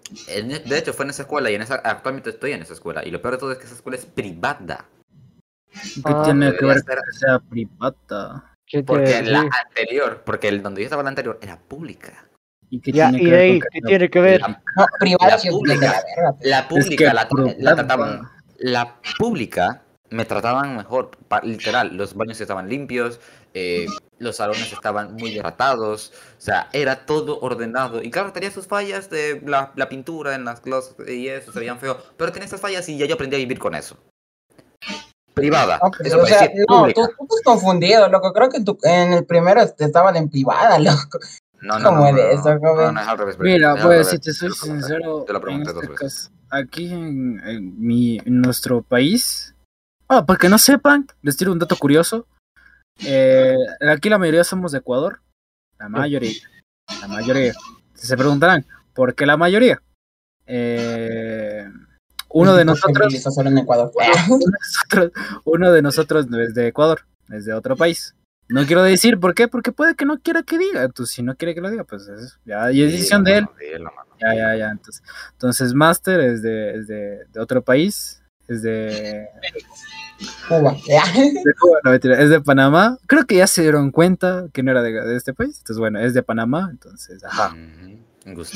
De hecho, fue en esa escuela y en esa, actualmente estoy en esa escuela. Y lo peor de todo es que esa escuela es privada. ¿Qué ah, tiene que ver ser... que sea privada? Porque la sí. anterior, porque el donde yo estaba la anterior era pública. ¿Y qué ya, tiene, y que ahí, ¿qué tiene que ver? La, no, privada la, pública, la, la pública, es que la, la trataban. La pública me trataban mejor, literal. Los baños estaban limpios, eh, los salones estaban muy tratados, o sea, era todo ordenado. Y claro, tenía sus fallas de la, la pintura en las closets y eso, se veían feo, pero tenía esas fallas y ya yo aprendí a vivir con eso. Privada. Okay, eso o sea, no, tú, tú estás confundido, loco. Creo que tú, en el primero estaban en privada, loco. No, no, ¿Cómo no, es no, eso, no, no, no, es al revés. Mira, es pues si te soy sincero, te lo pregunté dos este veces. Caso, aquí en, en, mi, en nuestro país, oh, para que no sepan, les tiro un dato curioso. Eh, aquí la mayoría somos de Ecuador, la mayoría, la mayoría. Se preguntarán, ¿por qué la mayoría? Eh, uno de nosotros, solo en Ecuador. Uno, de nosotros, uno de nosotros no es de Ecuador, es de otro país. No quiero decir por qué, porque puede que no quiera que diga. Entonces, si no quiere que lo diga, pues es, ya y es decisión de él. Ya, ya, ya. Entonces, entonces Master es de, es de, de otro país, es de Cuba. De Cuba, no, mentira, es de Panamá. Creo que ya se dieron cuenta que no era de, de este país. Entonces, bueno, es de Panamá. Entonces, ajá. Un gusto.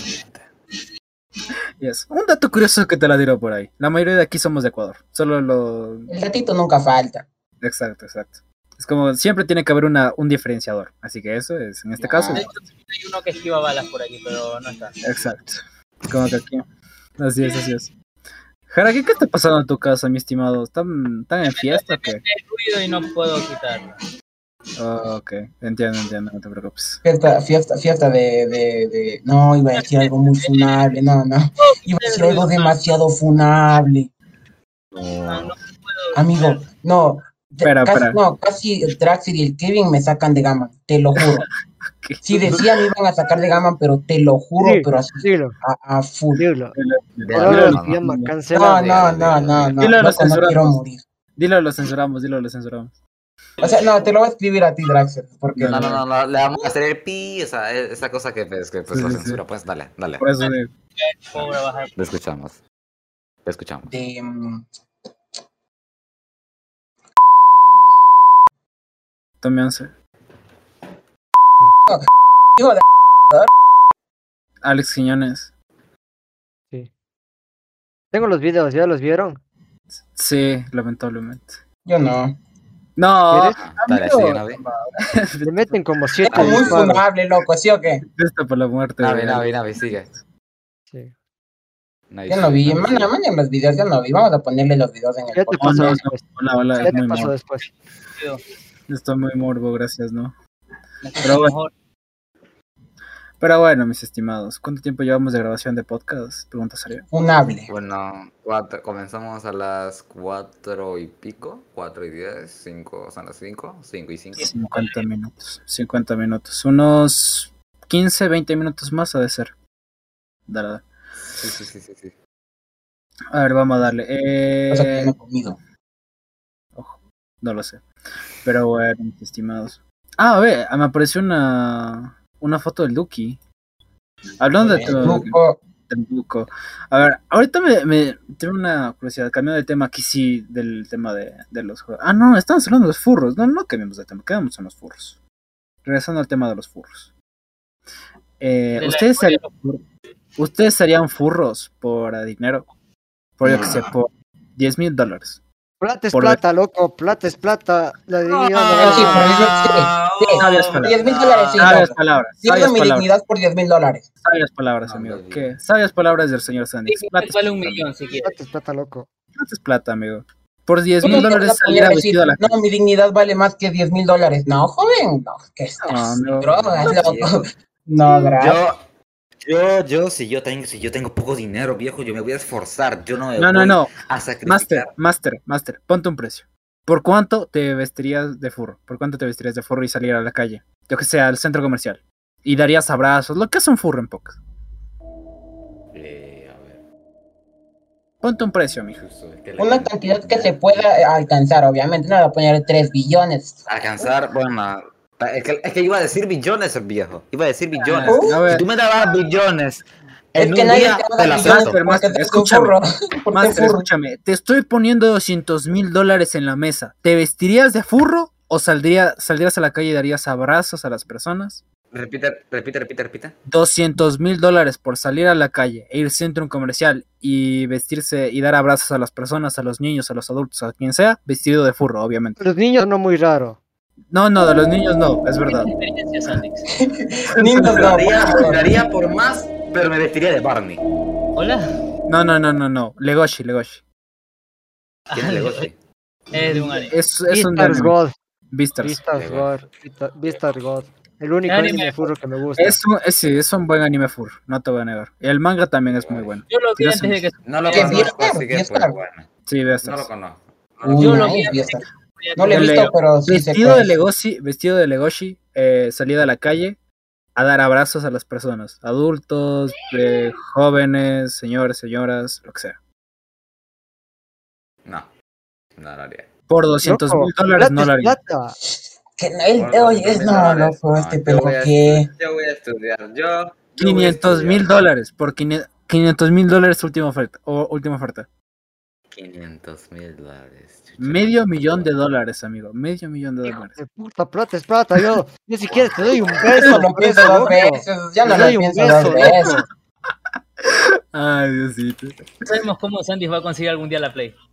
Yes. Un dato curioso que te la diré por ahí. La mayoría de aquí somos de Ecuador. Solo lo. El datito nunca falta. Exacto, exacto. Es como siempre tiene que haber una, un diferenciador. Así que eso es, en este yeah. caso. Hay uno que esquiva balas por aquí, pero no está. Exacto. Como que aquí. Así es, así es. Haraki, ¿qué está pasando en tu casa, mi estimado? ¿Están, están en fiesta o qué? Hay ruido y no puedo quitarlo. Oh, ok, entiendo, entiendo, no te preocupes. Fiesta, fiesta, fiesta de, de, de... No, iba a decir algo muy funable, no, no. Iba a decir algo demasiado funable. No, no Amigo, no. Espera, casi, espera. No, casi el Traxxer y el Kevin me sacan de gama, te lo juro. Okay. Sí decían me iban a sacar de gama, pero te lo juro, Sí, pero así dilo. a, a full. Dilo. Dilo, Dilo, dilo, llama, No, cancelado. no, no, no, no, Dilo, lo loco, no quiero censuramos. morir. Dilo, lo censuramos, dilo, lo censuramos. O sea, no, te lo voy a escribir a ti, Draxler, porque... No, no, no, no, le vamos a hacer el pi, o sea, esa cosa que, pues, que pues, Sí, lo sí, censura, sí. pues dale, dale. Por eso digo. Lo escuchamos. Lo escuchamos. De, um... Tome once. Hijo de... Alex Quiñones. Sí. Tengo los videos, ¿ya los vieron? Sí, lamentablemente. Yo no. No, ¿Quieres? Dale, sí, yo no vi. Le meten como siete Es muy disparos. funable, loco, ¿sí o qué? Esto por la muerte. Navi, de- Navi, Navi, sigue. Sí. Navi, Yo no sigue, vi, Navi, manda, sigue. manden los videos, yo no vi. Vamos a ponerle los videos en el Ya te Oh, podcast. no, pasó no, después. hola, hola, Ya es te muy pasó morbo. después. Está muy morbo, gracias, ¿no? Pero Pero bueno. mejor. Pero bueno, mis estimados, ¿cuánto tiempo llevamos de grabación de podcast? Pregunta seria. Funable. Bueno, cuatro, comenzamos a las cuatro y pico, cuatro y diez, cinco, son las cinco, cinco y cinco. cincuenta minutos. cincuenta minutos. Unos quince, veinte minutos más ha de ser. Dale, dale. Sí, sí, sí, sí, sí. A ver, vamos a darle. O sea, que Eh, no he comido. no lo sé. Pero bueno, mis estimados. Ah, a ver, me apareció una, una foto del Duki. Hablando de El tu, grupo, del Duco. A ver, ahorita me, me tengo una curiosidad, cambiando de tema aquí sí, del tema de, de los juegos. Ah, no, estamos hablando de los furros. No, no cambiamos de tema, quedamos en los furros. Regresando al tema de los furros. Eh, De la ¿ustedes, historia serían, ¿Ustedes serían furros por eh, dinero? Por yo que sé, por diez mil dólares. Plata es Por plata, loco. Plata es plata. La dignidad Ah, no sí, vale. por eso, sí, sí. Sabias palabras. diez mil dólares, sí. Sabias loco. palabras. Pierdo Sabias mi palabras. dignidad por diez mil dólares. Sabias palabras, No, amigo. baby. ¿Qué? Sabias palabras del señor Sandix. Sí, Plata es vale un plata. millón si quieres. Plata es plata, loco. Plata es plata, amigo. Por diez ¿Cómo mil te vas dólares a salir poner a a decir, vestido a la no, mi dignidad vale más que diez mil dólares? No, joven, no, que estás no. drogas, No, loco. viejo. No, gracias. Yo, yo, yo, si yo tengo, si yo tengo poco dinero, viejo, yo me voy a esforzar. Yo no me No, no, voy no. a sacrificar. Master, master, master. Ponte un precio. ¿Por cuánto te vestirías de furro? ¿Por cuánto te vestirías de furro y salir a la calle? Yo que sé, al centro comercial. Y darías abrazos, lo que es un furro en pocas. Eh, a ver. Ponte un precio, amigo. Justo, es que la Una gente- cantidad que se pueda alcanzar, obviamente. No le voy a poner tres billones. Alcanzar, bueno, es que, es que iba a decir billones, viejo. Iba a decir billones. Ah, a Si ver, tú me dabas billones Es En que un nadie día te va a te dar la millones acepto. porque Master, te es un escúchame. furro. Porque Master, es furro. escúchame, te estoy poniendo doscientos mil dólares en la mesa. ¿Te vestirías de furro o saldría, saldrías a la calle y darías abrazos a las personas? Repite, repite, repite, repite. doscientos mil dólares por salir a la calle e irse a un centro comercial y vestirse y dar abrazos a las personas, a los niños, a los adultos, a quien sea, vestido de furro, obviamente. Los niños no muy raro. No, no, de los niños no, es verdad. Experiencia, Sandix. Niños Lo no, haría, por favor. lo haría por más, pero me vestiría de Barney. Hola. No, no, no, no, no. Legoshi, Legoshi. ¿Quién es Legoshi? Es de un anime. Es, es un Beastars anime. God. Beastars. Beastars God. Beasta- Beastars God. El único Anime. anime furro que me gusta. Es un, es, sí, es un buen anime furro, no te voy a negar. El manga también es muy bueno. Yo lo vi Tienes antes un- de que No lo ¿Qué, conozco, Beastars? así que pues Beastars. bueno. Sí, No Beastars. lo conozco. Uy, Yo lo no, vi es antes Beastars. de No lo he El- visto, pero sí sé Vestido cuál de es. Legoshi, vestido de Legoshi, eh, salida a la calle a dar abrazos a las personas, adultos, eh, jóvenes, señores, señoras, lo que sea. No, no lo haría. Por doscientos mil dólares no lo haría. Plata. Que no, él, Por oye, es, doscientos mil no, dólares, loco, no, este yo pelo voy a que... estu- Yo voy a estudiar, yo... yo voy a quinientos mil estudiar. dólares, por quinientos mil dólares última oferta, o última oferta. quinientos mil dólares. chucha. Medio millón de dólares, amigo, medio millón de Hijo dólares. de puta, plata es plata. Yo, yo si quieres te doy un Yo beso. no lo por pienso eso, dos loco. veces, yo no Te lo doy un pienso beso, dos veces. loco. Ay, Diosito. No sabemos cómo Sandix va a conseguir algún día la Play.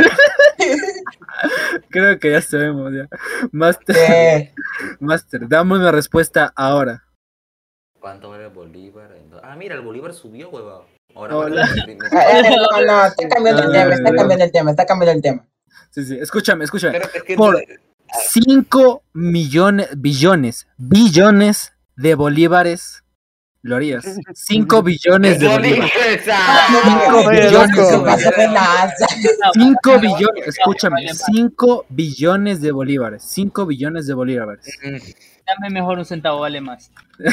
Creo que ya sabemos ya. Master, Eh, Master, dame una respuesta ahora. ¿Cuánto vale el Bolívar? en do- Ah, mira, el Bolívar subió, huevón. Ahora No, vale la- veinte mil. eh, no, no, está cambiando el Ah, tema, está no. cambiando el tema, está cambiando el tema. Sí, sí, escúchame, escúchame. Pero es que Por no- cinco millones, billones, billones de bolívares, lo harías. cinco billones de Yo dije bolívares. esa. Cinco Oye, billones loco. de ¿Qué pasa con bolívares. las- cinco billones, escúchame, cinco billones de bolívares. cinco billones de bolívares. Dame mejor un centavo, vale más.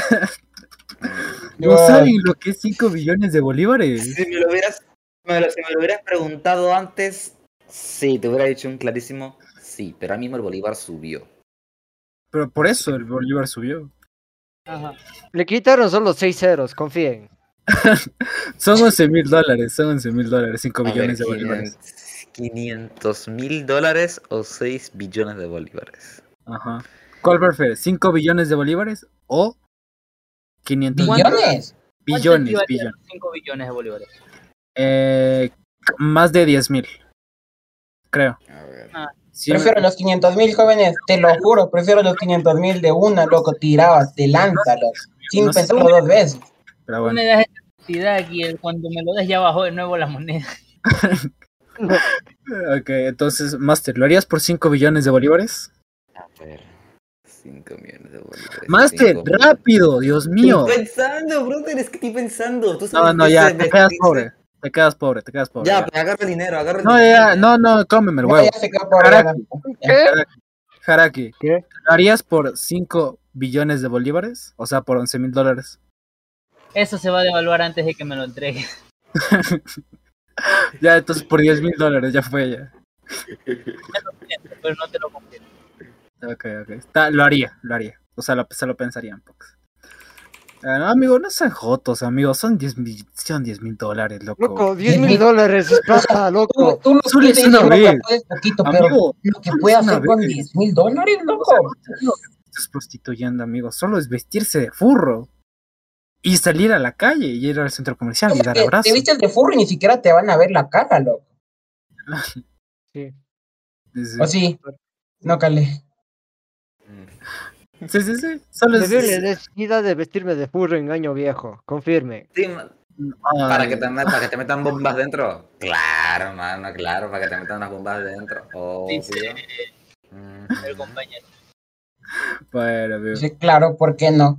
¿No saben lo que es cinco billones de bolívares? Si me lo hubieras, me lo, si me lo hubieras preguntado antes, sí, te hubiera dicho un clarísimo sí, pero ahora mismo el Bolívar subió. Pero por eso el bolívar subió. Ajá. Le quitaron solo seis ceros, confíen. Son once mil dólares, son once mil dólares, cinco A ver, billones de bolívares. quinientos mil dólares o seis billones de bolívares. Ajá. ¿Cuál prefieres? ¿cinco billones de bolívares o quinientos mil ¿Billones? billones? ¿Cuánto billones. cinco billones de bolívares? Eh, más de diez mil, creo. A ver. Sí, Prefiero los quinientos mil, jóvenes, te lo juro, prefiero los quinientos mil de una, loco, tirabas, te lánzalos, sin No sé. pensarlo dos veces. pero Tú bueno. me das esta cantidad y el- cuando me lo des ya bajó de nuevo la moneda. Ok, entonces, Master, ¿lo harías por cinco billones de bolívares? A ver. cinco millones de bolívares. Master, cinco millones. rápido, Dios mío. Estoy pensando, brother, es que estoy pensando. ¿Tú No, sabes no, que ya, se te quedas vestirse- pobre. Te quedas pobre, te quedas pobre. Ya, ya. pues agarra el dinero, agarra el No, dinero. ya, no, no, cómeme el No, huevo. ya se quedó por Haraki. ¿Qué? Haraki, ¿Qué? ¿lo harías por cinco billones de bolívares? O sea, por once mil dólares. Eso se va a devaluar antes de que me lo entregue. Ya, entonces por diez mil dólares, ya fue ya. Pero no te lo compré. Ok, ok. Está- lo haría, lo haría. O sea, lo, se lo pensarían. Pues. Eh, no, amigo, no sean jotos, amigos. Son diez mil son diez mil dólares, loco. Loco, diez mil dólares es plata, Tú, loco. tú lo Solo es dices una que vez. puedes poquito, pero Amigo, lo que solo puede es una hacer con vez. diez mil dólares, O sea, loco. no te estás prostituyendo, amigo. Solo es vestirse de furro. Y salir a la calle y ir al centro comercial y dar Porque abrazos. te vistes de furro y ni siquiera te van a ver la cara, loco. Sí. Sí, ¿O sí? No, Cale. sí, sí, sí. Solo es... Debió la necesidad de vestirme de furro en año viejo, confirme. Sí, ma- Ay, para, que te, met- para que te metan bombas dentro. Claro, mano, claro, para que te metan unas bombas dentro. Obvio. Dice Ujú. el compañero. Bueno, amigo. Sí, claro, ¿por qué no?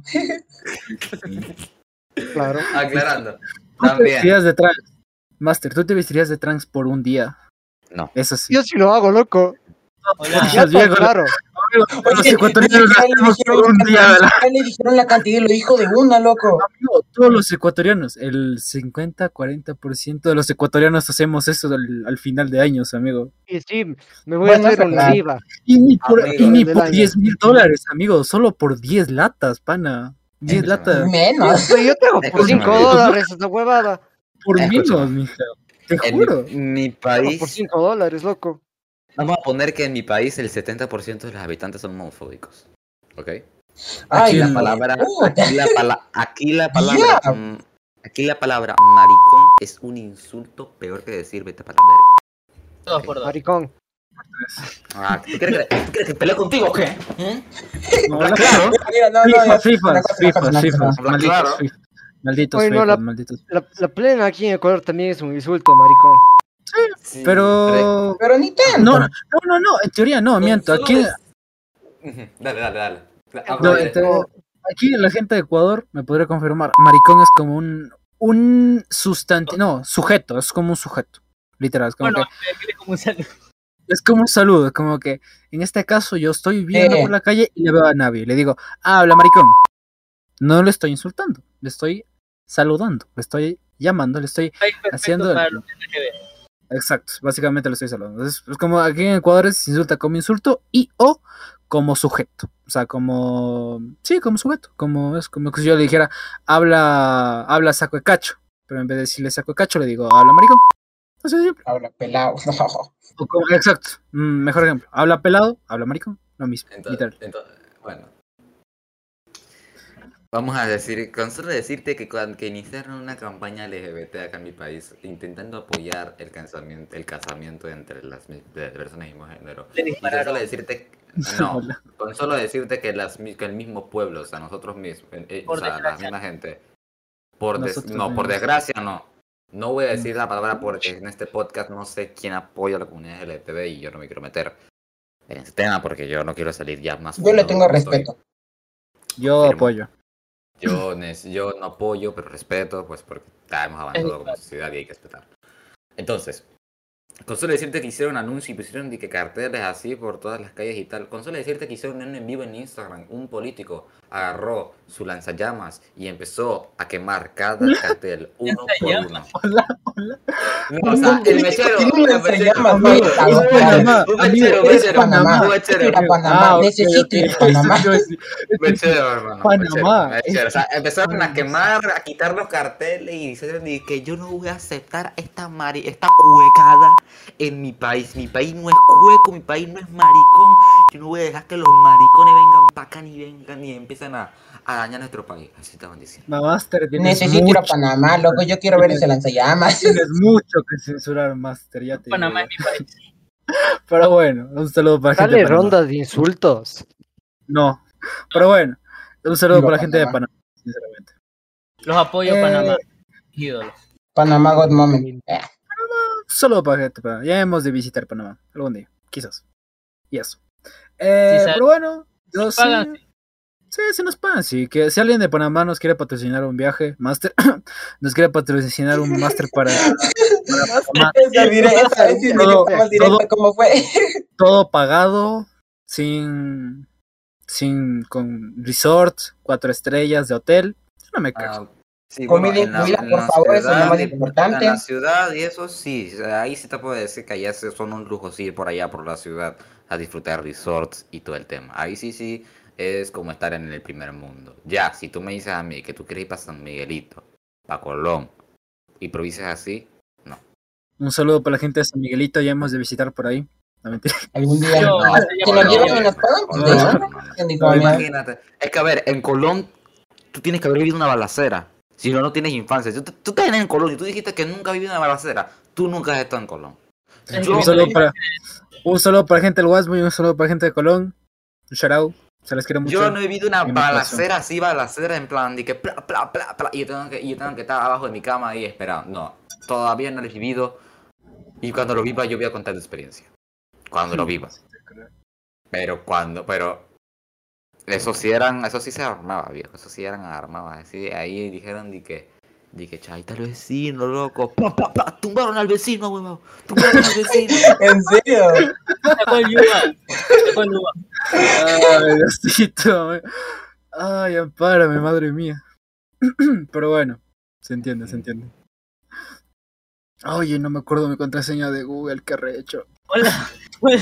Claro. Aclarando. ¿Tú te También. vestirías de trans? Master, ¿tú te vestirías de trans por un día? No. Eso sí. Yo sí lo hago, loco. Hola. Dios Ya está mío, claro. Los Oye, ecuatorianos ni siquiera le hacemos dijeron por un la día, cantidad, ¿verdad? ni siquiera le dijeron la cantidad y lo dijo de una, loco. Amigo, todos los ecuatorianos, el cincuenta a cuarenta por ciento de los ecuatorianos hacemos eso al, al final de años, amigo. Y sí, me voy Bueno, a hacer es un verdad. IVA. Y ni por, Amigo, y ni del por año. diez mil dólares, amigo, solo por diez latas, pana. diez latas. Menos. Yo tengo por cinco dólares esta huevada. Por Escúchame. menos, mija. Te En juro. mi, mi Tengo país, por cinco dólares, loco. vamos a poner que en mi país el setenta por ciento de los habitantes son homofóbicos. ¿Ok? Ay, Aquí La el- palabra, puta. aquí la, pala- aquí la palabra, Ya. mm, aquí la palabra maricón es un insulto peor que decir vete para la verga. Todos por dos. Maricón. Ah, ¿tú quieres que, ¿tú quieres que pelee contigo o qué? ¿Mm? No, la- Claro. Mira, no, no, FIFA, ya- FIFA, una cosa, una FIFA, cosa, una FIFA, cosa. Claro. malditos FIFA. Malditos Oye, no, FIFA, la- malditos. La, la plena aquí en Ecuador también es un insulto, maricón. Sí, Pero... Pero ni tanto. No, no, no, no, en teoría no, Con miento. solo Aquí, des- Ujú, Dale, dale, dale. Habla no, de- en teoría- aquí la gente de Ecuador me podría confirmar. Maricón es como un, un sustantivo, no, sujeto, es como un sujeto. Literal, es como Bueno, que aquí es como un saludo. es como un saludo, como que en este caso yo estoy viendo Sí. por la calle y le veo a Navi, le digo, ah, habla maricón. No le estoy insultando, le estoy saludando, le estoy llamando, le estoy Está perfecto haciendo para el- los L G B. exacto, básicamente le estoy saludando. Es, es como aquí en Ecuador se insulta como insulto y o como sujeto. O sea, como sí, como sujeto, como es como que si yo le dijera, habla, habla saco de cacho, pero en vez de decirle saco de cacho le digo, habla maricón. Así de simple. Habla pelado. O como- exacto. Mm, mejor ejemplo. Habla pelado, habla maricón, lo mismo, Entonces, literal. entonces, bueno. Vamos a decir, con solo decirte que cuando que iniciaron una campaña L G B T acá en mi país, intentando apoyar el casamiento, el casamiento entre las mi- de personas del mismo género. Le Y con dispararon. solo decirte, no, Hola. con solo decirte que, las, mi- que el mismo pueblo, o sea, nosotros mismos, eh, eh, Por o sea, la desgracia. misma gente, por des- Nosotros no, por mismos. desgracia no. No voy a decir la palabra porque en este podcast no sé quién apoya a la comunidad L G B T y yo no me quiero meter en ese tema porque yo no quiero salir ya más. Yo fondo le de tengo lo que estoy. respeto. Yo Firmo. apoyo. Yo, nes- yo no apoyo, pero respeto, pues porque ya hemos avanzado como sociedad y hay que respetar. Entonces, con solo decirte que hicieron anuncios y pusieron de que carteles así por todas las calles y tal, con solo decirte que hicieron un en vivo en Instagram, un político agarró su lanzallamas y empezó a quemar cada cartel uno por uno. Hola, hola. No, o sea, el mechero, Tiene un el lanzallamas, mechero, güey, Es a- Panamá, un amigo, mechero, es mechero, Panamá. un mechero. Ir a Panamá. Ah, ok, Necesito ok. ir a Panamá. Yo sí- Mechero, hermano. Panamá. mechero, mechero. O sea, empezaron a Panamá. quemar, a quitar los carteles y dijeron de que yo no voy a aceptar esta mari esta cuecada en mi país. Mi país no es cueco, mi país no es maricón. Yo no voy a dejar que los maricones vengan para acá ni vengan ni empiezan a, a dañar nuestro país. Así estaban diciendo. Master, tienes Necesito ir a mucho, Panamá, loco. Yo quiero ver ese lanzallamas. tienes mucho que censurar, Master, ya te digo Panamá yo. es mi país. Pero bueno, un saludo para la gente Dale de Panamá. ronda de insultos. No, pero bueno, un saludo Viva para la gente de Panamá. Panamá, sinceramente. Los apoyo, Eh, Panamá. Ídolos. Panamá God Moment. Eh, Un saludo para la gente de Panamá. Ya hemos de visitar Panamá algún día, quizás. Y eso. Eh, Sí, sale. pero bueno, yo sí. pagan, sí. Sí, sí nos pagan, sí. Que si alguien de Panamá nos quiere patrocinar un viaje, Master, nos quiere patrocinar un Master para, para Panamá, esa dire- esa- esa Todo- indirecta más directa, todo- ¿cómo fue? todo pagado, sin, sin, con resort, cuatro estrellas de hotel. Yo no me quejo. Ah, sí, Comida bueno, en la- incluida, en por la favor, eso es lo ciudad más y- importante. En la ciudad y eso sí, o sea, ahí sí te puedo decir que allá se- son un lujo sí ir por allá por la ciudad a disfrutar resorts y todo el tema. Ahí sí sí es como estar en el primer mundo. Ya, si tú me dices a mí que tú quieres ir para San Miguelito, para Colón y provincias así, no. Un saludo para la gente de San Miguelito, ya hemos de visitar por ahí. No, mentira. Algún día. Yo- Ah, Si nos llevan y nos pagan, pues de No, una. no, no. En mi No, familia. imagínate. Es que a ver, en Colón tú tienes que haber vivido una balacera. Si no, no tienes infancia. Tú, tú estás en Colón y tú dijiste que nunca has vivido una balacera. Tú nunca has estado en Colón. Yo- Un saludo para, un saludo para la gente del Guasmo y un saludo para la gente de Colón. Un shout out. Se les quiere mucho. Yo no he vivido una Y mi corazón. balacera así, balacera en plan de que pla, pla, pla, pla, y yo tengo que, y yo tengo que estar abajo de mi cama ahí esperando. No, todavía no lo he vivido. Y cuando lo viva yo voy a contar tu experiencia. Cuando lo viva. Pero cuando, pero eso sí eran, eso sí se armaba, viejo. Eso sí eran armadas. Así, ahí dijeron de que, de que chaita el vecino, loco. Pla, pla, pla, tumbaron al vecino, huevón. Tumbaron al vecino. ¿En serio? Sacó el Yuba. Sacó el Yuba. Ay, Diosito. Ay, ampárame, madre mía. Pero bueno, se entiende, se entiende. Oye, no me acuerdo mi contraseña de Google, qué rehecho. Hola.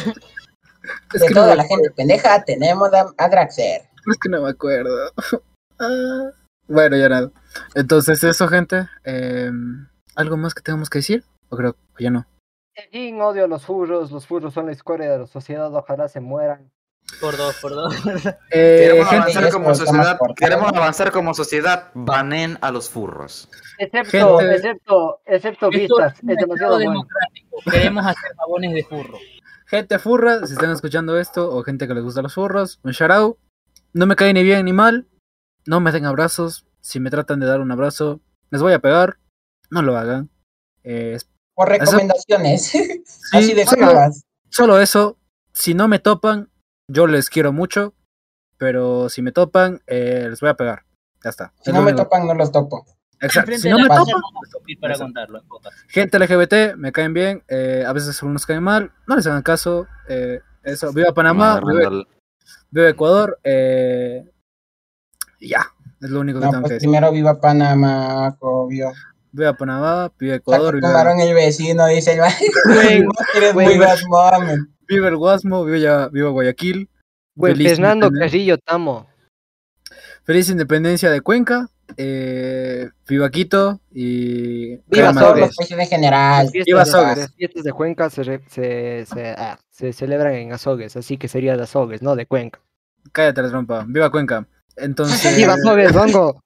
Es De que, no toda me la gente pendeja tenemos a, a Draxer. acuerdo, es que no me acuerdo. Ah, bueno, ya nada. Entonces eso, gente. Eh, ¿Algo más que tengamos que decir? ¿O creo que ya no? Sí, odio a los furros, los furros son la escoria de la sociedad, ojalá se mueran. Por dos, por dos. Eh, queremos gente, avanzar como sociedad, queremos avanzar como sociedad, banen a los furros. Excepto, Gente. excepto, excepto vistas, es demasiado bueno. Queremos hacer jabones de furro. Gente furra, si están escuchando esto, o gente que les gusta los furros, un shout out. No me cae ni bien ni mal. No me den abrazos. Si me tratan de dar un abrazo, les voy a pegar. No lo hagan. Eh, Por recomendaciones. Sí, Así de solo, feas. solo eso. Si no me topan, yo les quiero mucho. Pero si me topan, eh, les voy a pegar. Ya está. Si Es no lo me único. topan, no los topo. Exacto. Enfrente Si de no la me casa topan, vamos a sufrir para contarlo. en pocas. gente L G B T me caen bien. Eh, a veces algunos caen mal. No les hagan caso. Eh, eso. Viva Panamá. Viva, viva Ecuador. Eh, y ya. Es lo único que No, tengo pues que decir. primero viva Panamá, obvio. Viva Panamá. Viva Ecuador. Viva, Tomaron el vecino, dice el Güey, vos eres güey, muy güey. bad mom. viva el Guasmo. Viva, viva Guayaquil. Güey, Feliz Fernando independen- Carrillo Tamo. Feliz independencia de Cuenca. Eh, viva Quito. Y. Viva Cámara. Todos Sogues. los países en general. Las fiestas, Viva de, Sogues. las fiestas de Cuenca se, re- se, se, ah, se celebran en Azogues, así que sería de Azogues, no de Cuenca. Cállate la trompa. Viva Cuenca. Entonces. ¡Viva Azogues, hongo!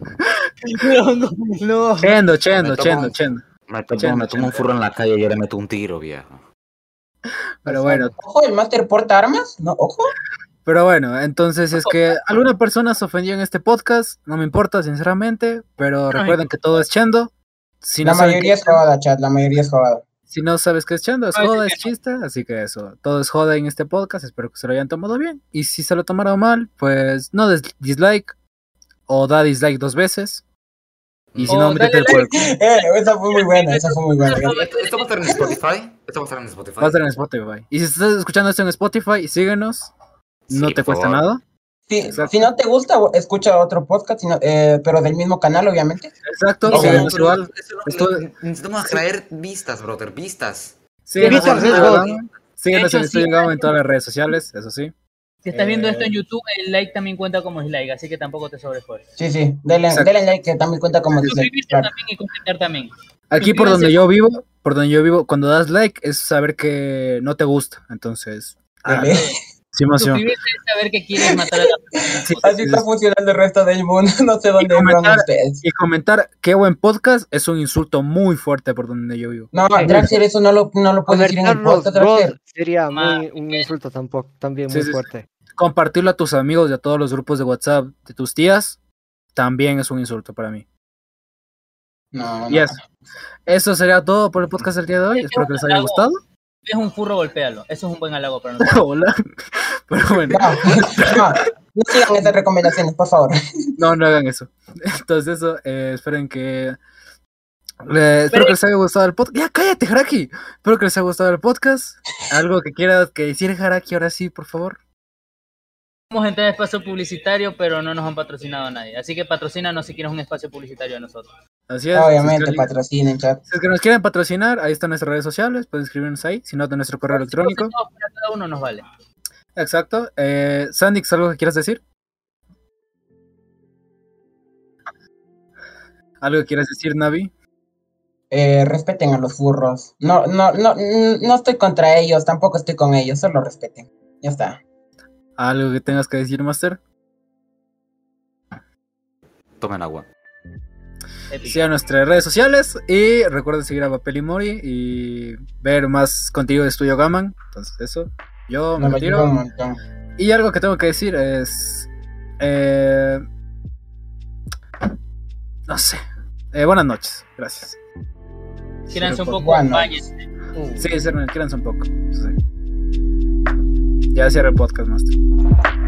No, no, no. Chendo, chendo, Me tomo chendo, un- chendo. Me tomo, Chendo, me tomo un chendo. furro en la calle y yo le meto un tiro, viejo. Pero bueno. Ojo, el Master porta armas, ¿no? Ojo. Pero bueno, entonces si es que alguna persona se ofendió en este podcast, no me importa, sinceramente, pero recuerden que todo es chendo. Si La no, saben mayoría qué es joda, chat, la mayoría es joda. si no sabes qué es chendo, es Ay, joda, sí es chiste, así que eso, todo es joda en este podcast, espero que se lo hayan tomado bien. Y si se lo tomaron mal, pues no des dislike o da dislike dos veces. Y si O no, métete dale el cuerpo. Eh, esa fue muy buena, esa fue muy buena. ¿Esto, esto va a estar en Spotify? ¿Esto va a estar en Spotify? Va a estar en Spotify. Y si estás escuchando esto en Spotify, síguenos, no Sí, te por cuesta favor. nada. Si, Exacto. si no te gusta, escucha otro podcast, sino, eh, pero del mismo canal, obviamente. Exacto, No, síguenos pero igual. eso no- Esto- ne- necesitamos atraer vistas, brother, vistas. Síguenos Evita en el riesgo. Instagram, síguenos De en hecho, sí. Instagram en todas las redes sociales, eso sí. Si estás viendo esto en Eh, YouTube, el like también cuenta como dislike, así que tampoco te sobreesfuerces. Sí, sí, denle, Exacto. denle like, que también cuenta como dislike. Suscribirte Claro. también y comentar también. Aquí por Suscríbanse. donde yo vivo, por donde yo vivo, cuando das like es saber que no te gusta, entonces. ah, Dele. sí, emoción. Suscribirte es saber que quieres matar a la persona. Sí, Así sí, está sí. funcionando el resto del mundo. No sé dónde comentar- van ustedes. Y comentar qué buen podcast es un insulto muy fuerte por donde yo vivo. No, Draxler, eso no lo, no lo puedes decir en el Comentarnos podcast, God Draxler. sería Ma- muy, un insulto tampoco, también Sí, muy sí, sí. fuerte. Compartirlo a tus amigos y a todos los grupos de WhatsApp de tus tías también es un insulto para mí. No, no. Y eso. Eso sería todo por el podcast del día de hoy. Espero que les haya gustado. Si es un furro, golpéalo. Eso es un buen halago para nosotros. Hola. Pero bueno. No, no, no sigan esas recomendaciones, por favor. No, no hagan eso. Entonces eso, eh, esperen que... eh, espero que les haya gustado el podcast. Ya, cállate, Haraki. Espero que les haya gustado el podcast. Algo que quieras que decir, Haraki, ahora sí, por favor. Vamos a entrar en espacio publicitario, pero no nos han patrocinado a nadie. Así que patrocínanos si quieres un espacio publicitario a nosotros. Así es. Obviamente, si es que, patrocinen, chat. si es que nos quieren patrocinar, ahí están nuestras redes sociales. Pueden escribirnos ahí. Si no, de nuestro correo electrónico. Para cada uno nos vale. Exacto. Eh, Sandix, ¿algo que quieras decir? ¿Algo que quieras decir, Navi? Eh, respeten a los furros. No, no, no, no estoy contra ellos, tampoco estoy con ellos, solo respeten. Ya está. ¿Algo que tengas que decir, Master? Tomen agua. Épico. Sigan nuestras redes sociales y recuerden seguir a Papel y Mori y ver más contenido de Estudio Gaman. Entonces eso, yo me Me lo ayuda un retiro. montón. Y algo que tengo que decir es... eh, no sé. Eh, buenas noches, gracias. Quírense un poco, Bueno. bañense. Sí, quírense un poco. Sí. Ya cierra el podcast, Master.